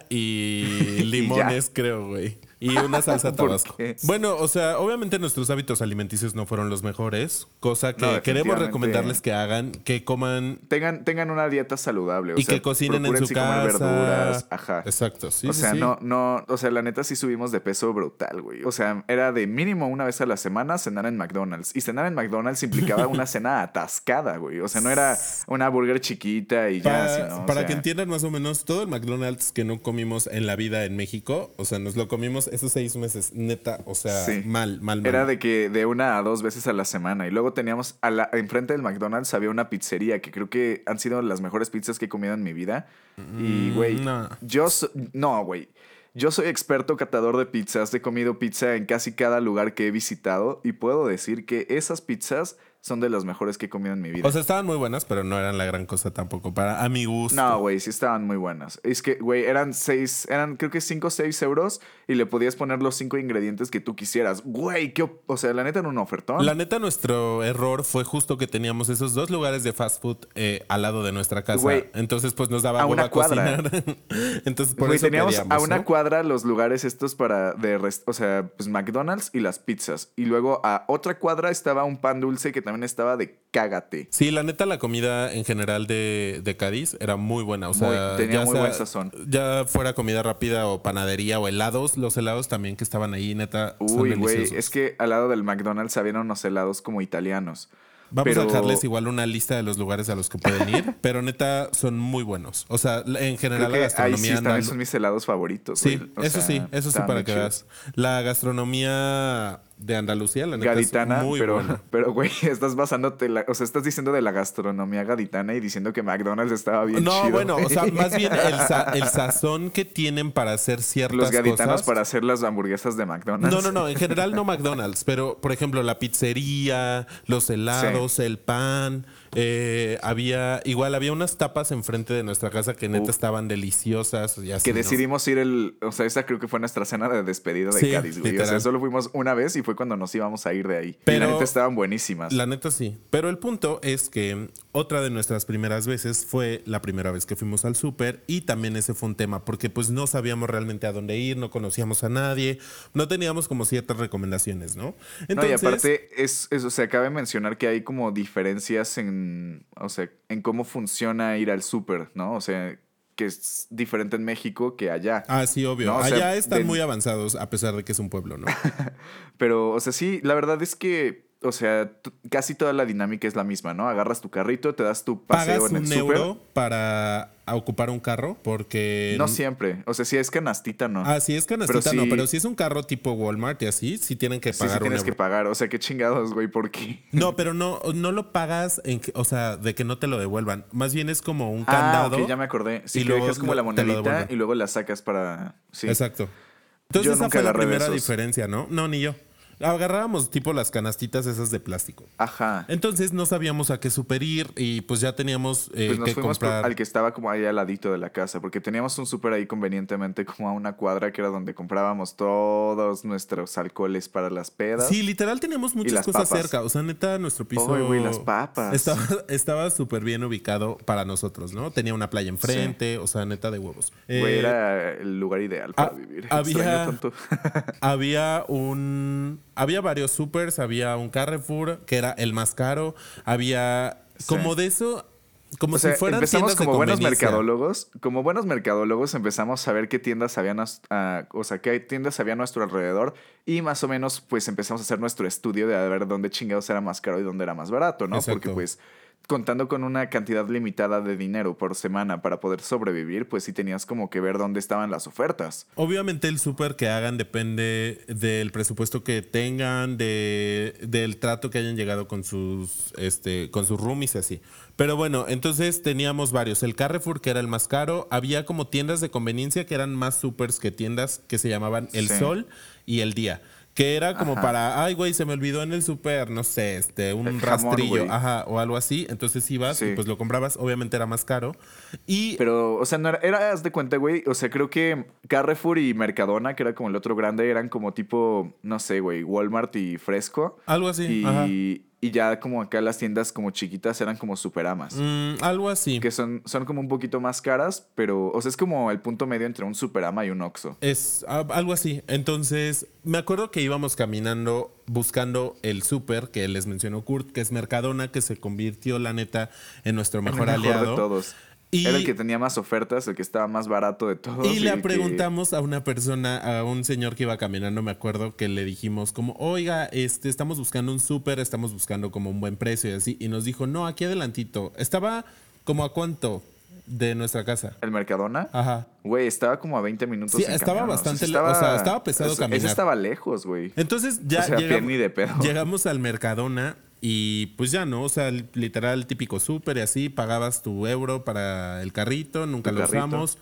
y limones, creo, güey. Y una salsa ¿Por tabasco. qué? Bueno, o sea, obviamente nuestros hábitos alimenticios no fueron los mejores, cosa que No, queremos definitivamente. recomendarles que hagan, que coman Tengan, tengan una dieta saludable. O y sea, que cocinen en su procúrense comer casa. verduras. Ajá. Exacto, sí, o sí, sea, sí. no, no, o sea, la neta sí subimos de peso brutal, güey. O sea, era de mínimo una vez a la semana cenar en McDonald's. Y cenar en McDonald's implicaba una cena atascada, güey. O sea, no era una burger chiquita y ya, Para, sino, o para sea, que entiendan más o menos, todo el McDonald's que no comimos en la vida en México, o sea, nos lo comimos esos seis meses, neta, o sea, Sí. mal, mal, mal. Era de que de una a dos veces a la semana. Y luego teníamos, a la, enfrente del McDonald's había una pizzería que creo que han sido las mejores pizzas que he comido en mi vida. Y, güey, Mm, no. yo... so- no, güey. Yo soy experto catador de pizzas. He comido pizza en casi cada lugar que he visitado. Y puedo decir que esas pizzas son de las mejores que he comido en mi vida. O sea, estaban muy buenas, pero no eran la gran cosa tampoco, para a mi gusto. No, güey, sí estaban muy buenas. Es que, güey, eran seis, eran creo que cinco o seis euros y le podías poner los cinco ingredientes que tú quisieras. Güey, qué, op- o sea, la neta era un ofertón. La neta, nuestro error fue justo que teníamos esos dos lugares de fast food eh, al lado de nuestra casa. Güey, Entonces, pues nos daba a hueva una cuadra. cocinar. Entonces, por Güey, eso teníamos queríamos, a una ¿no? cuadra los lugares estos para de rest- o sea, pues McDonald's y las pizzas. Y luego a otra cuadra estaba un pan dulce que también estaba de cágate. Sí, la neta, la comida en general de, de Cádiz era muy buena. O Muy- sea, tenía ya muy sea- buen sazón. Ya fuera comida rápida o panadería o helados, los helados también que estaban ahí, neta, son Uy, güey, deliciosos. es que al lado del McDonald's habían unos helados como italianos. Vamos pero- a dejarles igual una lista de los lugares a los que pueden ir, pero neta son muy buenos. O sea, en general Creo la que ahí sí gastronomía también andalu- son mis helados favoritos. Sí, güey. O eso sea, sí, eso sí estaban para muy que chidos. veas. La gastronomía de Andalucía, la neta, Gaditana, es muy pero, buena. pero, güey, estás basándote, la, o sea, estás diciendo de la gastronomía gaditana y diciendo que McDonald's estaba bien No, chido. bueno, o sea, güey. más bien el, sa- el sazón que tienen para hacer ciertas Los gaditanos cosas. para hacer las hamburguesas de McDonald's. No, no, no, en general no McDonald's, pero por ejemplo la pizzería, los helados, el pan, eh, había, igual había unas tapas enfrente de nuestra casa que neta Uf. estaban deliciosas y así, Que ¿no? decidimos ir el... O sea, esa creo que fue nuestra cena de despedida de Sí, Cádiz, güey. O sea, literal. solo fuimos una vez y fue cuando nos íbamos a ir de ahí. y Pero- la neta estaban buenísimas. La neta sí. Pero el punto es que otra de nuestras primeras veces fue la primera vez que fuimos al súper y también ese fue un tema porque pues no sabíamos realmente a dónde ir, no conocíamos a nadie, no teníamos como ciertas recomendaciones, ¿no? No, y aparte, es, es, o sea, cabe mencionar que hay como diferencias en, o sea, en cómo funciona ir al súper, ¿no? O sea, que es diferente en México que allá. Ah, sí, obvio. No, o sea, Allá están del- muy avanzados a pesar de que es un pueblo, ¿no? Pero, o sea, sí, la verdad es que, o sea, t- casi toda la dinámica es la misma, ¿no? Agarras tu carrito, te das tu paseo Pagas en el un súper. euro para a ocupar un carro porque... No siempre. O sea, si es canastita, no. Ah, si es canastita, Pero no, sí- pero si es un carro tipo Walmart y así, sí tienen que sí, sí pagar un tienes euro. que pagar. O sea, qué chingados, güey, ¿por qué? No, pero no, no lo pagas, en que- o sea, de que no te lo devuelvan. Más bien es como un Ah, candado. ok, ya me acordé. Sí, y que luego dejas como lo- la te lo monedita devuelven. y luego la sacas para... Sí. Exacto. Entonces Yo esa nunca fue la agarré de primera esos. diferencia, ¿no? No, ni yo. Agarrábamos tipo las canastitas esas de plástico. Ajá. Entonces no sabíamos a qué super ir y pues ya teníamos eh, Pues nos que fuimos por- comprar. al que estaba como ahí al ladito de la casa, porque teníamos un súper ahí convenientemente como a una cuadra que era donde comprábamos todos nuestros alcoholes para las pedas. Sí, literal teníamos muchas las cosas papas. cerca. O sea, neta, nuestro piso. Ay, güey, las papas. Estaba estaba súper bien ubicado para nosotros, ¿no? Tenía una playa enfrente, o sea, neta de huevos. Güey, Eh, era el lugar ideal para ah, vivir. había- Extraño tanto. Había un. Había varios supers, había un Carrefour, que era el más caro. Había. Sí. Como de eso. Como O sea, si fueran empezamos tiendas de como buenos conveniencia. mercadólogos. Como buenos mercadólogos empezamos a ver qué tiendas habían, as- ah, o sea, qué tiendas había a nuestro alrededor y más o menos pues empezamos a hacer nuestro estudio de a ver dónde chingados era más caro y dónde era más barato, ¿no? Exacto. Porque pues contando con una cantidad limitada de dinero por semana para poder sobrevivir, pues sí tenías como que ver dónde estaban las ofertas. Obviamente el súper que hagan depende del presupuesto que tengan, de, del trato que hayan llegado con sus, este, con sus roomies y así. Pero bueno, entonces teníamos varios. El Carrefour, que era el más caro. Había como tiendas de conveniencia que eran más supers que tiendas que se llamaban El Sí. Sol y El Día. Que era como Ajá. para, ay, güey, se me olvidó en el súper, no sé, este, un El jamón, rastrillo, güey. ajá, o algo así. Entonces ibas Sí. y pues lo comprabas, obviamente era más caro. Y Pero, o sea, no era, era, haz de cuenta, güey. O sea, creo que Carrefour y Mercadona, que era como el otro grande, eran como tipo, no sé, güey, Walmart y Fresco. algo así, ajá. Y, y ya como acá las tiendas como chiquitas eran como Superamas. Mm, algo así. Que son, son como un poquito más caras, pero, o sea, es como el punto medio entre un Superama y un Oxxo. Es ah, algo así. Entonces, me acuerdo que íbamos caminando buscando el súper que les mencionó Kurt, que es Mercadona, que se convirtió, la neta, en nuestro mejor, El mejor aliado. de todos. Y, Era el que tenía más ofertas, el que estaba más barato de todos. y le el que- preguntamos a una persona, a un señor que iba caminando, me acuerdo, que le dijimos como, oiga, este, estamos buscando un súper, estamos buscando como un buen precio y así. Y nos dijo, no, aquí adelantito. Estaba como a cuánto de nuestra casa. ¿El Mercadona? Ajá. Güey, estaba como a veinte minutos. Sí, en estaba camión, bastante sí le- o sea, estaba pesado ese- caminar. Ese estaba lejos, güey. Entonces ya O sea, a pie llegamos, ni de pedo. llegamos al Mercadona y pues ya no, o sea, literal típico súper y así, pagabas tu euro para el carrito, nunca Tu lo carrito. usamos.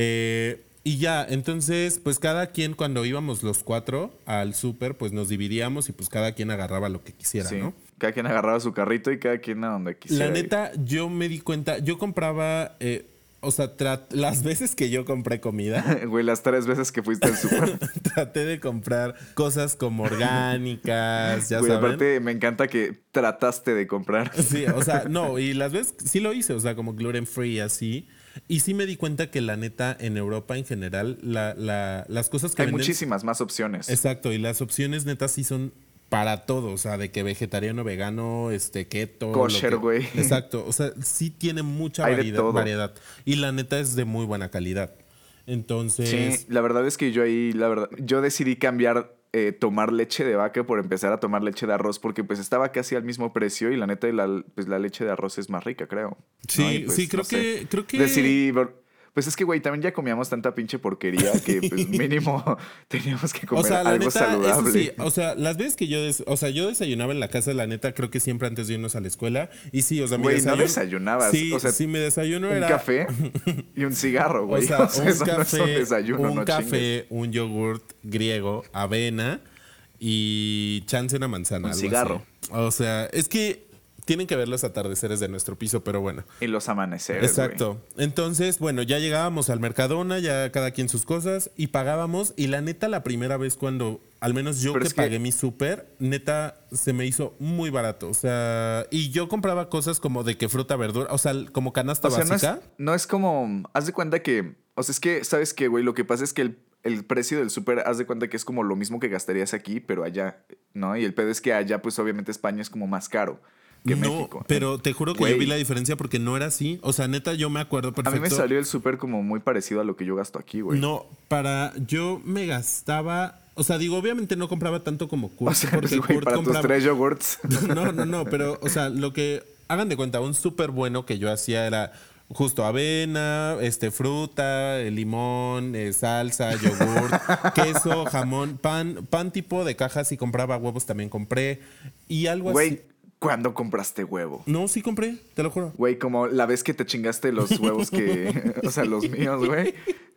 Eh, y ya, entonces pues cada quien cuando íbamos los cuatro al súper pues nos dividíamos y pues cada quien agarraba lo que quisiera, Sí. ¿no? Cada quien agarraba su carrito y cada quien a donde quisiera. La ir. neta, yo me di cuenta, yo compraba, eh, o sea, tra- las veces que yo compré comida, Güey, las tres veces que fuiste al súper. traté de comprar cosas como orgánicas, ya Güey, saben. aparte me encanta que trataste de comprar. Sí, o sea, no, y las veces sí lo hice, o sea, como gluten free así. Y sí me di cuenta que la neta, en Europa en general, la, la- las cosas que Hay venden. muchísimas más opciones. Exacto, y las opciones netas sí son para todo, o sea, de que vegetariano, vegano, este, keto. lo Kosher, que- güey. Exacto, o sea, sí tiene mucha Hay de variedad, todo. variedad. Y la neta es de muy buena calidad. Entonces. Sí, la verdad es que yo ahí, la verdad, yo decidí cambiar, eh, tomar leche de vaca por empezar a tomar leche de arroz porque pues estaba casi al mismo precio y la neta la, pues, la leche de arroz es más rica, creo. Sí, ¿no? Y, pues, sí, creo no sé. que, creo que. Decidí, ver- pues es que, güey, también ya comíamos tanta pinche porquería que pues mínimo teníamos que comer O sea, la algo neta, saludable. eso sí, o sea, las veces que yo, des- o sea, yo desayunaba en la casa, la neta, creo que siempre antes de irnos a la escuela. Y sí, o sea, mi Güey, no desayuno- desayunabas, Sí, o sea, sí, mi desayuno Un era. café y un cigarro, O güey. sea, O sea, un eso no es café, un desayuno, un no café, un yogurt griego, avena y chance una manzana. Un algo cigarro. así. O sea, es que tienen que ver los atardeceres de nuestro piso, pero bueno. chingues. Y los amaneceres, güey. Exacto. Entonces, bueno, ya llegábamos al Mercadona, ya cada quien sus cosas y pagábamos. Y la neta, la primera vez cuando, al menos yo Pero que es que- pagué mi súper, neta, se me hizo muy barato. O sea, y yo compraba cosas como de que fruta, verdura, o sea, como canasta O sea, no es, básica. no es como. Haz de cuenta que. O sea, es que, ¿sabes qué, güey? Lo que pasa es que el, el precio del súper, haz de cuenta que es como lo mismo que gastarías aquí, pero allá, ¿no? Y el pedo es que allá, pues obviamente España es como más caro que No, México. pero te juro que Güey. yo vi la diferencia porque no era así. O sea, neta, yo me acuerdo A perfecto. mí me salió el súper como muy parecido a lo que yo gasto aquí, güey. No, para. Yo me gastaba. O sea, digo, obviamente no compraba tanto como Kurt. O sea, porque güey, Kurt para compraba. tus tres yogurts. No, no, no, pero, o sea, lo que. Hagan de cuenta, un súper bueno que yo hacía era justo avena, este, fruta, eh, limón, eh, salsa, yogur, queso, jamón, pan, pan tipo de cajas. Si compraba huevos también compré. Y algo así. Güey, ¿cuándo compraste huevo? No, sí compré, te lo juro. Güey, como la vez que te chingaste los huevos que. O sea, los míos, güey.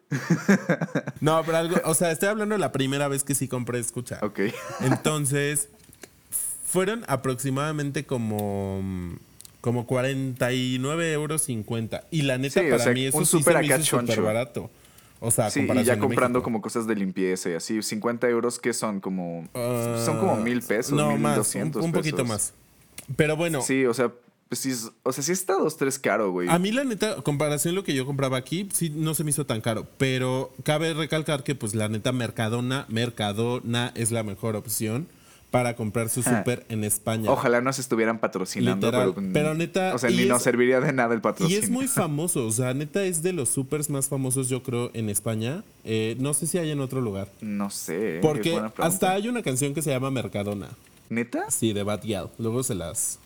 No, pero algo, o sea, estoy hablando de la primera vez que sí compré, escucha. Ok. Entonces, fueron aproximadamente como, como cuarenta y nueve euros cincuenta. Y la neta, Sí, o para sea, mí eso un sí súper se me acá hizo súper choncho. barato. O sea, a Sí, y comparación ya de comprando México. como cosas de limpieza y así. cincuenta euros que son como. Ah, son como mil pesos. No, mil más, un, doscientos un poquito pesos. más. Pero bueno, Sí, o sea, pues sí, es- o sea, sí está dos, tres caro, güey. a mí la neta, comparación a lo que yo compraba aquí, sí no se me hizo tan caro. Pero cabe recalcar que pues la neta Mercadona, Mercadona es la mejor opción para comprar su Ajá. súper en España. Ojalá nos estuvieran patrocinando. Literal, pero, pero neta, O sea, y ni es- nos serviría de nada el Y patrocinio. es muy famoso, o sea, neta es de los supers más famosos, yo creo, en España. Eh, no sé si hay en otro lugar. No sé. es Porque buena pregunta. hasta hay una canción que se llama Mercadona. ¿Neta? Sí, de Bad Gyal. Luego se las,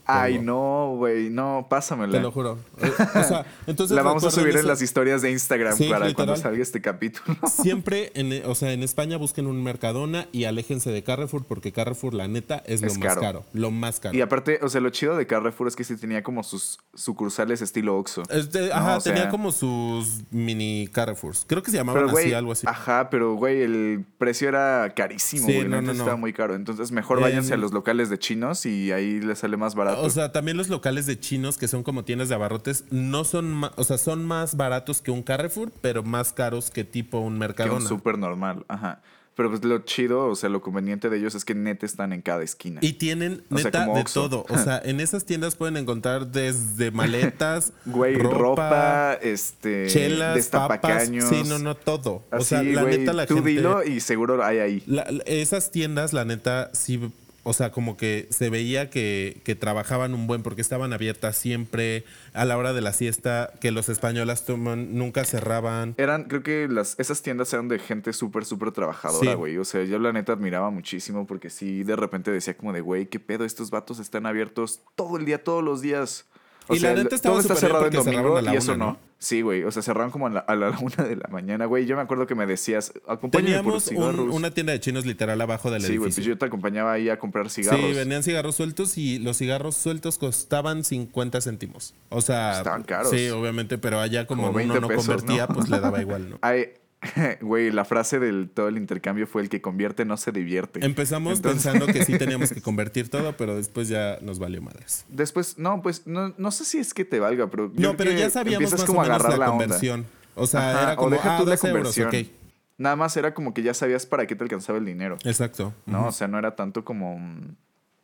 Ay, pongo. no, güey, no, pásamela. Te lo juro. Eh, O sea, entonces La vamos a recuerden subir en eso. las historias de Instagram Sí, para cuando literal. salga este capítulo. Siempre, en, o sea, en España busquen un Mercadona y aléjense de Carrefour porque Carrefour, la neta, es lo Es más caro. caro. Lo más caro. Y aparte, o sea, lo chido de Carrefour es que sí tenía como sus sucursales estilo Oxxo. Este, ¿no? ajá, O sea, tenía como sus mini Carrefours. Creo que se llamaban Pero, güey, así, algo así. ajá, pero, güey, el precio era carísimo, Sí, güey. no, La no, neta no. estaba muy caro. Entonces, mejor En- váyanse a los locales de chinos y ahí les sale más barato. O sea, también los locales de chinos que son como tiendas de abarrotes no son, ma- o sea, son más baratos que un Carrefour, pero más caros que tipo un que un Mercadona. súper normal, ajá. Pero pues lo chido, o sea, lo conveniente de ellos es que neta están en cada esquina. Y tienen O sea, neta como de Oxxo. todo. O sea, en esas tiendas pueden encontrar desde maletas, Güey, ropa, ropa, este, chelas, papas. destapacaños. Sí, no, no, todo. O Así, sea, la güey, neta, la tú gente. dilo y seguro hay ahí. la- la- esas tiendas, la neta, sí. O sea, como que se veía que, que trabajaban un buen porque estaban abiertas siempre a la hora de la siesta, que los españolas toman, nunca cerraban. Eran, creo que las, esas tiendas eran de gente súper, súper trabajadora, Sí. güey. O sea, yo la neta admiraba muchísimo porque sí, de repente decía como de, güey, ¿qué pedo? Estos vatos están abiertos todo el día, todos los días. O Y la sea, neta estaba todo está súper bien cerrado en porque domingo cerraban a la y eso una, no. ¿no? Sí, güey. O sea, cerraron como a la, a la una de la mañana, güey. Yo me acuerdo que me decías, acompáñame por Teníamos un- cigarros. una tienda de chinos literal abajo del Sí, güey, pues edificio. yo te acompañaba ahí a comprar cigarros. Sí, venían cigarros sueltos y los cigarros sueltos costaban cincuenta céntimos. O sea, Estaban caros. sí, obviamente, pero allá como, Como uno veinte no pesos, convertía, ¿no? pues le daba igual, ¿no? Ay, güey, la frase del todo el intercambio fue el que convierte no se divierte. Empezamos Entonces- pensando que sí teníamos que convertir todo, pero después ya nos valió madres. Después, no, pues no, no sé si es que te valga, pero. yo No, creo pero que ya sabíamos empiezas más como o a menos agarrar la la onda. conversión. O sea, Ajá, era como, o deja ah, tú la dos euros, conversión. ok. Nada más era como que ya sabías para qué te alcanzaba el dinero. Exacto. ¿No? Ujú. O sea, no era tanto como. mm,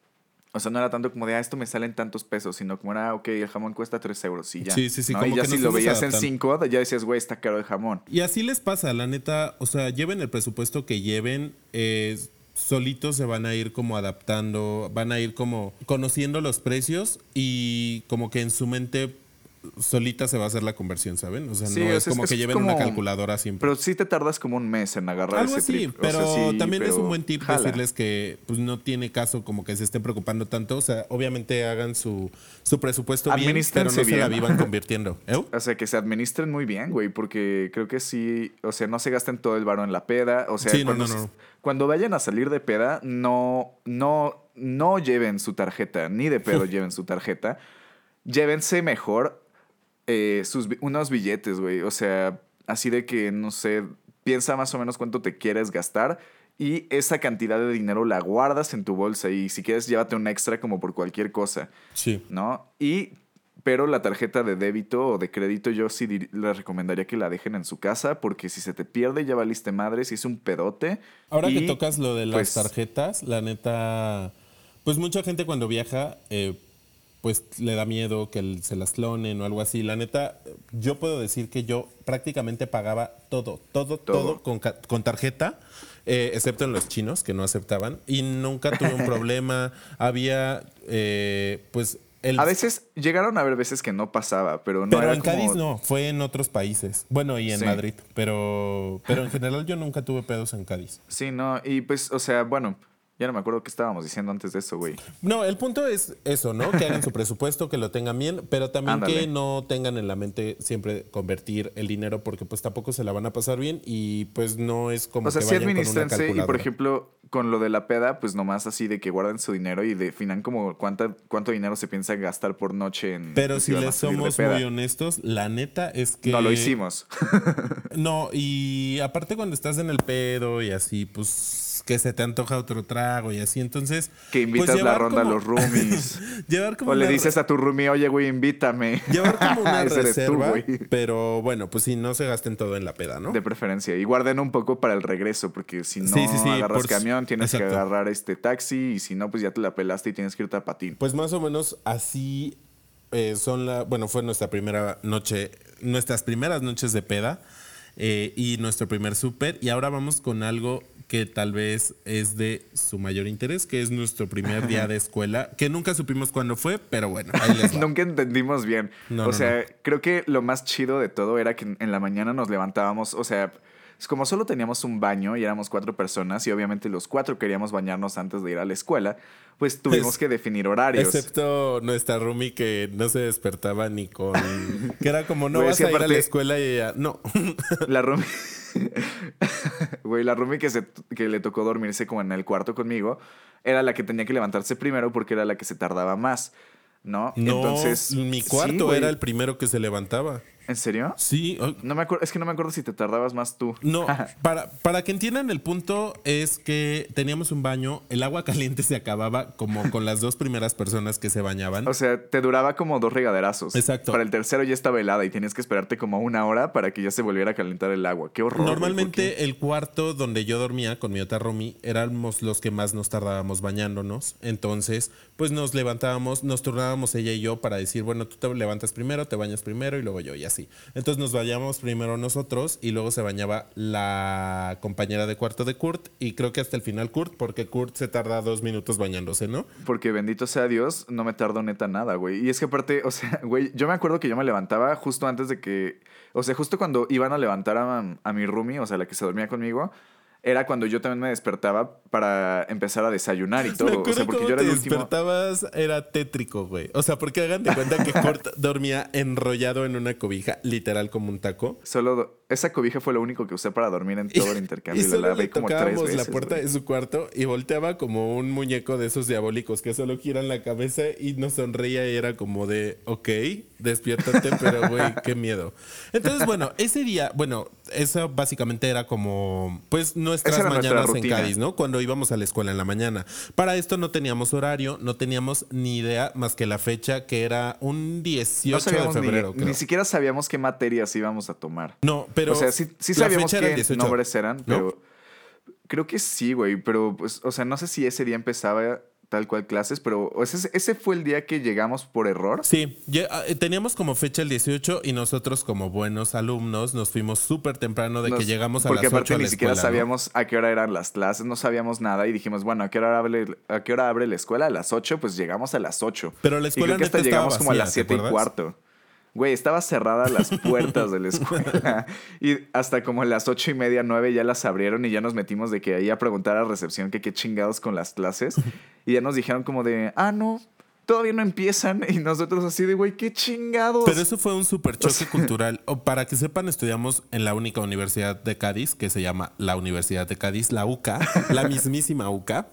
O sea, no era tanto como de, ah, esto me salen tantos pesos, sino como era, ok, el jamón cuesta tres euros y ya. Sí, sí, sí, ¿no? como Y ya que si nos lo fuimos veías en adaptando. cinco, ya decías, güey, está caro el jamón. Y así les pasa, la neta, o sea, lleven el presupuesto que lleven, eh, solitos se van a ir como adaptando, van a ir como conociendo los precios y como que en su mente solita se va a hacer la conversión, ¿saben? O sea, Sí, no o es sea, como es- que es lleven como- una calculadora siempre. Pero sí te tardas como un mes en agarrar Algo ese así, trip. O pero sea, sí, también es pero un buen tip jala. decirles que pues no tiene caso como que se estén preocupando tanto. O sea, obviamente hagan su, su presupuesto bien, pero no Administrense se la bien. vivan convirtiendo. ¿Eh? O sea, que se administren muy bien, güey, porque creo que sí, o sea, no se gasten todo el varo en la peda. O sea, Sí, no, cuando, no, no. se- cuando vayan a salir de peda, no, no, no lleven su tarjeta, ni de pedo lleven su tarjeta. Llévense mejor eh, sus, bi- unos billetes, güey. O sea, así de que, no sé, piensa más o menos cuánto te quieres gastar y esa cantidad de dinero la guardas en tu bolsa y si quieres llévate un extra como por cualquier cosa. Sí. ¿No? Y, pero la tarjeta de débito o de crédito yo sí dir- les recomendaría que la dejen en su casa porque si se te pierde ya valiste madre, si es un pedote. Ahora Y, que tocas lo de las pues, tarjetas, la neta, pues mucha gente cuando viaja, eh, pues le da miedo que el- se las clonen o algo así. La neta, yo puedo decir que yo prácticamente pagaba todo, todo, todo, Todo. con, ca- con tarjeta, eh, excepto en los chinos que no aceptaban y nunca tuve un problema. Había, eh, pues, el... A veces llegaron a haber veces que no pasaba, pero no Pero era en como... Cádiz no, fue en otros países. Bueno, y en Sí. Madrid. Pero, pero en general yo nunca tuve pedos en Cádiz. Sí, no, y pues, o sea, bueno, ya no me acuerdo qué estábamos diciendo antes de eso, güey. No, el punto es eso, ¿no? Que hagan su presupuesto, que lo tengan bien, pero también Ándale. que no tengan en la mente siempre convertir el dinero porque pues tampoco se la van a pasar bien y pues no es como O sea, que sí vayan con una administrense y, por calculadora. ejemplo, con lo de la peda, pues nomás así de que guarden su dinero y definan como cuánta, cuánto dinero se piensa gastar por noche en... Pero pues, si van a les salir de somos peda. muy honestos, la neta es que... No lo hicimos. No, y aparte cuando estás en el pedo y así, pues que se te antoja otro trago y así, entonces... Que pues, invitas la llevar ronda como- a los roomies. Llevar como O le una- dices a tu roomie, oye, güey, invítame. Llevar como una Ese eres tú, reserva, güey. pero bueno, pues si no se gasten todo en la peda, ¿no? De preferencia. Y guarden un poco para el regreso, porque si no Sí, sí, sí, agarras por- camión, tienes que exacto. agarrar este taxi. Y si no, pues ya te la pelaste y tienes que irte a patín. Pues más o menos así eh, son la, bueno, fue nuestra primera noche, nuestras primeras noches de peda eh, y nuestro primer súper. Y ahora vamos con algo que tal vez es de su mayor interés, que es nuestro primer día de escuela, que nunca supimos cuándo fue, pero bueno, ahí les va. Nunca entendimos bien. No, o no, sea, creo que lo más chido de todo era que en la mañana nos levantábamos, o sea, Es como solo teníamos un baño y éramos cuatro personas y obviamente los cuatro queríamos bañarnos antes de ir a la escuela, pues tuvimos Es- que definir horarios. Excepto nuestra roomie que no se despertaba ni con... Que era como, no Güey, es vas que a ir a la aparte- escuela y ella, no. La roomie... Güey, la roomie que, se, que le tocó dormirse como en el cuarto conmigo era la que tenía que levantarse primero porque era la que se tardaba más, ¿no? No, Entonces, mi sí, cuarto güey. era el primero que se levantaba. ¿En serio? Sí, oh, No me acuerdo, es que no me acuerdo si te tardabas más tú. no, para, para que entiendan el punto es que teníamos un baño, el agua caliente se acababa como con las dos primeras personas que se bañaban. O sea, te duraba como dos regaderazos. Exacto. Para el tercero ya estaba helada y tenías que esperarte como una hora para que ya se volviera a calentar el agua. Qué horror. güey, Normalmente ¿por qué? el cuarto donde yo dormía con mi otra roomie éramos los que más nos tardábamos bañándonos. Entonces, pues nos levantábamos, nos turnábamos ella y yo para decir, bueno, tú te levantas primero, te bañas primero y luego yo y así. Entonces nos bañamos primero nosotros y luego se bañaba la compañera de cuarto de Kurt y creo que hasta el final Kurt, porque Kurt se tarda dos minutos bañándose, ¿no? Porque bendito sea Dios, no me tardo neta nada, güey. Y es que aparte, o sea, güey, yo me acuerdo que yo me levantaba justo antes de que... O sea, justo cuando iban a levantar a, a mi roomie, o sea, la que se dormía conmigo, era cuando yo también me despertaba para empezar a desayunar y Me todo. acuerdo O sea, porque cómo yo era te el último... despertabas, era tétrico, güey. O sea, porque hagan de cuenta que Kurt dormía enrollado en una cobija, literal como un taco. Solo... do- Esa cobija fue lo único que usé para dormir en todo el intercambio. Y Y la solo le lavé como tres tocábamos veces, la puerta güey. de su cuarto y volteaba como un muñeco de esos diabólicos que solo giran la cabeza y nos sonreía y era como de, ok, despiértate, pero güey, qué miedo. Entonces, bueno, ese día, bueno, eso básicamente era como, pues, nuestras Esa era nuestra mañanas en rutina. Cádiz, ¿no? Cuando íbamos a la escuela en la mañana. Para esto no teníamos horario, no teníamos ni idea más que la fecha, que era un No dieciocho de sabíamos febrero, ni, creo. ni siquiera sabíamos qué materias íbamos a tomar. No, pero o sea, sí, sí la sabíamos fecha era el qué dieciocho, nombres eran, ¿no? pero creo que sí, güey. Pero, pues, o sea, no sé si ese día empezaba tal cual clases, pero o sea, ese, ese fue el día que llegamos por error. Sí, ya, eh, teníamos como fecha el dieciocho y nosotros como buenos alumnos nos fuimos súper temprano de Nos- que llegamos a porque las aparte ocho a la ni siquiera escuela, ¿no? sabíamos a qué hora eran las clases, no sabíamos nada y dijimos, bueno, ¿a qué hora abre, a qué hora abre la escuela? A las ocho, pues llegamos a las ocho. Pero la Y escuela creo que hasta neta estaba llegamos como a vacía, las ¿te siete y acuerdas? cuarto. Güey, estaba cerrada las puertas de la escuela. Y hasta como a las ocho y media, nueve ya las abrieron y ya nos metimos de que ahí a preguntar a recepción que qué chingados con las clases. Y ya nos dijeron como de, ah, no, todavía no empiezan. Y nosotros así de, güey, qué chingados. Pero eso fue un súper choque O sea- cultural. O para que sepan, estudiamos en la única universidad de Cádiz, que se llama la Universidad de Cádiz, la U C A, la mismísima U C A.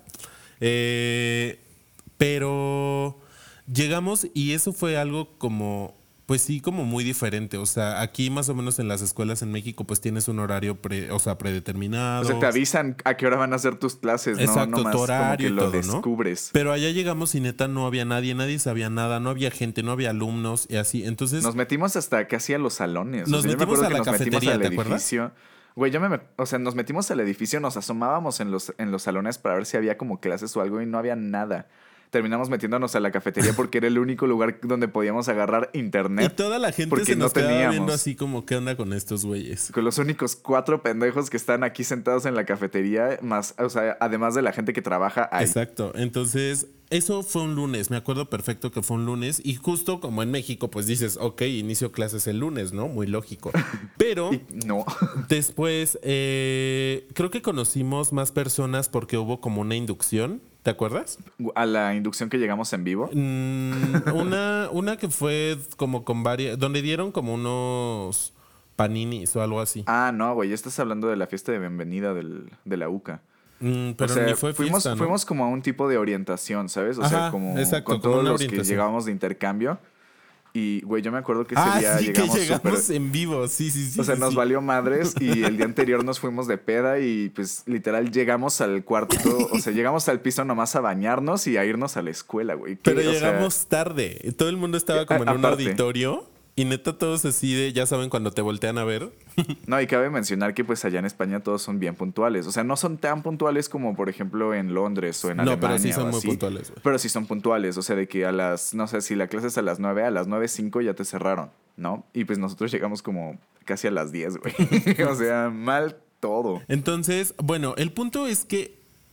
Eh, pero llegamos y eso fue algo como, pues sí, como muy diferente. O sea, aquí más o menos en las escuelas en México, pues tienes un horario, pre- o sea, predeterminado. O sea, te avisan a qué hora van a hacer tus clases, ¿no? Exacto, No más tu como horario que y lo todo, ¿no? descubres. Pero allá llegamos y neta no había nadie, nadie sabía nada, no había gente, no había alumnos y así. Entonces, Nos metimos hasta casi a los salones. Nos yo me metimos acuerdo a que la nos metimos cafetería, al ¿te acuerdas? edificio. Güey, yo me, met- o sea, nos metimos al edificio, nos asomábamos en los, en los salones para ver si había como clases o algo y no había nada. Terminamos metiéndonos a la cafetería porque era el único lugar donde podíamos agarrar y internet. toda la gente porque se no nos quedaba teníamos. viendo así como, ¿qué onda con estos güeyes? Con los únicos cuatro pendejos que están aquí sentados en la cafetería, más, o sea, además de la gente que trabaja ahí. Exacto. Entonces, eso fue un lunes. Me acuerdo perfecto que fue un lunes. Y justo como en México, pues dices, ok, inicio clases el lunes, ¿no? Muy lógico. Pero Y no. después, eh, creo que conocimos más personas porque hubo como una inducción. ¿Te acuerdas? A la inducción que llegamos en vivo. Mm, una, una que fue como con varias, donde dieron como unos paninis o algo así. Ah, no, güey, ya estás hablando de la fiesta de bienvenida del, de la U C A. Mm, pero o sea, ni fue fuimos, fiesta, ¿no? fuimos como a un tipo de orientación, ¿sabes? O Ajá, sea, como exacto, con como todos una los que orientación. llegábamos de intercambio. Y, güey, yo me acuerdo que ese Ah, día sí, llegamos que llegamos súper... en vivo, sí, sí, sí. O sea, sí, nos sí. valió madres y el día anterior nos fuimos de peda y pues literal llegamos al cuarto, o sea, llegamos al piso nomás a bañarnos y a irnos a la escuela, güey. ¿Qué? Pero O sea, llegamos tarde. Todo el mundo estaba como en A- un aparte. auditorio y neta todos así de, ya saben, cuando te voltean a ver. no, y cabe mencionar que pues allá en España todos son bien puntuales. O sea, no son tan puntuales como por ejemplo en Londres o en No, Alemania. pero sí o son muy así. puntuales, güey. Pero sí son puntuales. O sea, de que a las, no sé, si la clase es a las nueve, a las nueve cinco ya te cerraron, ¿no? Y pues nosotros llegamos como casi a las diez, güey. O sea, mal todo. Entonces, bueno, el punto es que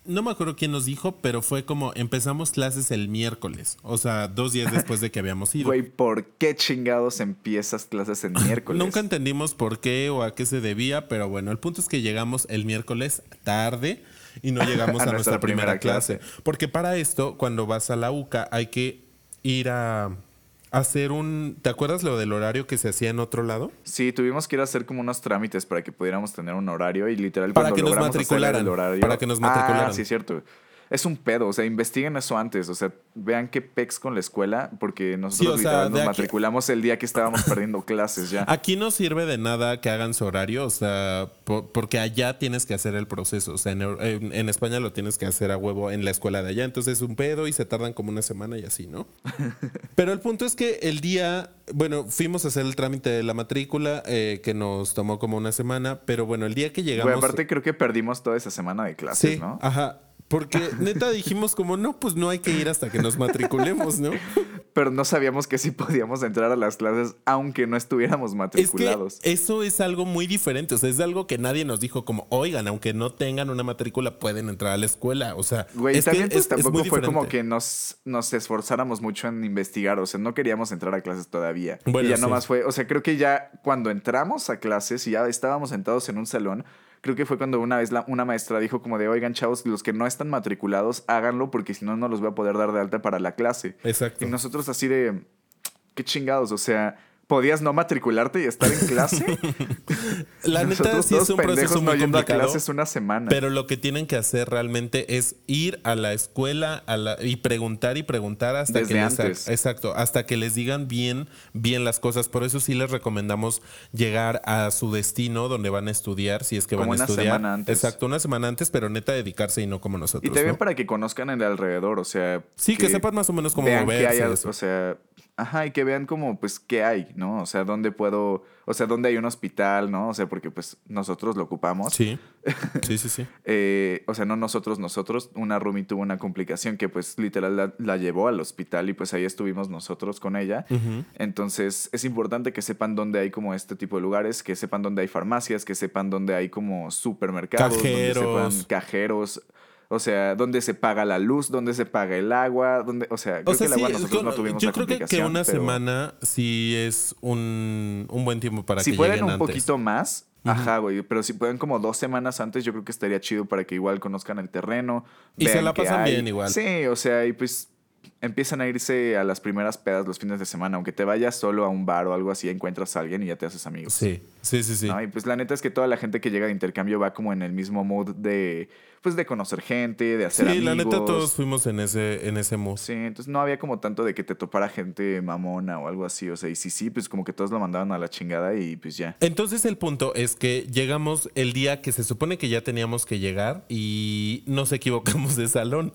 no me acuerdo quién nos dijo, pero fue como empezamos clases el miércoles. O sea, dos días después de que habíamos ido. Güey, ¿por qué chingados empiezas clases el miércoles? Nunca entendimos por qué o a qué se debía, pero bueno, el punto es que llegamos el miércoles tarde y no llegamos a, a nuestra, nuestra primera, primera clase. clase. Porque para esto, cuando vas a la U C A, hay que ir a hacer un... ¿Te acuerdas lo del horario que se hacía en otro lado? Sí, tuvimos que ir a hacer como unos trámites para que pudiéramos tener un horario y literal para cuando que nos logramos matricularan, hacer el horario... Para que nos matricularan. Ah, sí, es cierto. Es un pedo, o sea, investiguen eso antes, o sea, vean qué pex con la escuela, porque nosotros sí, o sea, literal nos aquí... matriculamos el día que estábamos perdiendo clases ya. Aquí no sirve de nada que hagan su horario, o sea, por, porque allá tienes que hacer el proceso, o sea, en, en, en España lo tienes que hacer a huevo en la escuela de allá, entonces es un pedo y se tardan como una semana y así, ¿no? Pero el punto es que el día, bueno, fuimos a hacer el trámite de la matrícula, eh, que nos tomó como una semana, pero bueno, el día que llegamos... Güey, aparte creo que perdimos toda esa semana de clases, sí, ¿no? Ajá. Porque neta dijimos como, no, pues no hay que ir hasta que nos matriculemos, ¿no? Pero no sabíamos que sí podíamos entrar a las clases aunque no estuviéramos matriculados. Es que eso es algo muy diferente, o sea, es algo que nadie nos dijo como, oigan, aunque no tengan una matrícula pueden entrar a la escuela, o sea... Güey, es también que pues es, tampoco es fue como que nos, nos esforzáramos mucho en investigar, o sea, no queríamos entrar a clases todavía. Bueno, y ya sí. nomás fue, o sea, creo que ya cuando entramos a clases y ya estábamos sentados en un salón... Creo que fue cuando una vez la, una maestra dijo como de, oigan, chavos, los que no están matriculados, háganlo porque si no, no los voy a poder dar de alta para la clase. Exacto. Y nosotros así de, qué chingados, o sea... ¿Podías no matricularte y estar en clase? La neta sí es un proceso muy no yendo complicado. A clases una semana. Pero lo que tienen que hacer realmente es ir a la escuela a la, y preguntar y preguntar hasta Desde que les antes. Exacto, hasta que les digan bien, bien las cosas. Por eso sí les recomendamos llegar a su destino donde van a estudiar, si es que como van a una estudiar. Semana antes. Exacto, una semana antes, pero neta dedicarse y no como nosotros. Y también ¿no? para que conozcan el alrededor, o sea. Sí, que, que sepan más o menos cómo vean moverse. Que hay, o sea. Ajá, y que vean como, pues, qué hay, ¿no? O sea, dónde puedo... O sea, dónde hay un hospital, ¿no? O sea, porque, pues, nosotros lo ocupamos. Sí, sí, sí, sí. eh, o sea, no nosotros, nosotros. Una roomie tuvo una complicación que, pues, literal la, la llevó al hospital y, pues, ahí estuvimos nosotros con ella. Uh-huh. Entonces, es importante que sepan dónde hay como este tipo de lugares, que sepan dónde hay farmacias, que sepan dónde hay como supermercados. Cajeros. Donde sepan cajeros... O sea, dónde se paga la luz, dónde se paga el agua, dónde, o sea, creo o sea, que el agua sí, nosotros con, no tuvimos yo la creo que, complicación. que una pero semana sí es un, un buen tiempo para si que pueden lleguen un antes. poquito más, uh-huh. Ajá, güey, pero si pueden como dos semanas antes, yo creo que estaría chido para que igual conozcan el terreno. Y se la pasan hay. bien igual. Sí, o sea, y pues empiezan a irse a las primeras pedas los fines de semana. Aunque te vayas solo a un bar o algo así, encuentras a alguien y ya te haces amigos. Sí, sí, sí, sí. ¿No? Y pues la neta es que toda la gente que llega de intercambio va como en el mismo mood de, pues, de conocer gente, de hacer sí, amigos. Sí, la neta todos fuimos en ese, en ese mood. Sí, entonces no había como tanto de que te topara gente mamona o algo así. O sea, y sí, sí, pues como que todos lo mandaban a la chingada y pues ya. Entonces el punto es que llegamos el día que se supone que ya teníamos que llegar y nos equivocamos de salón.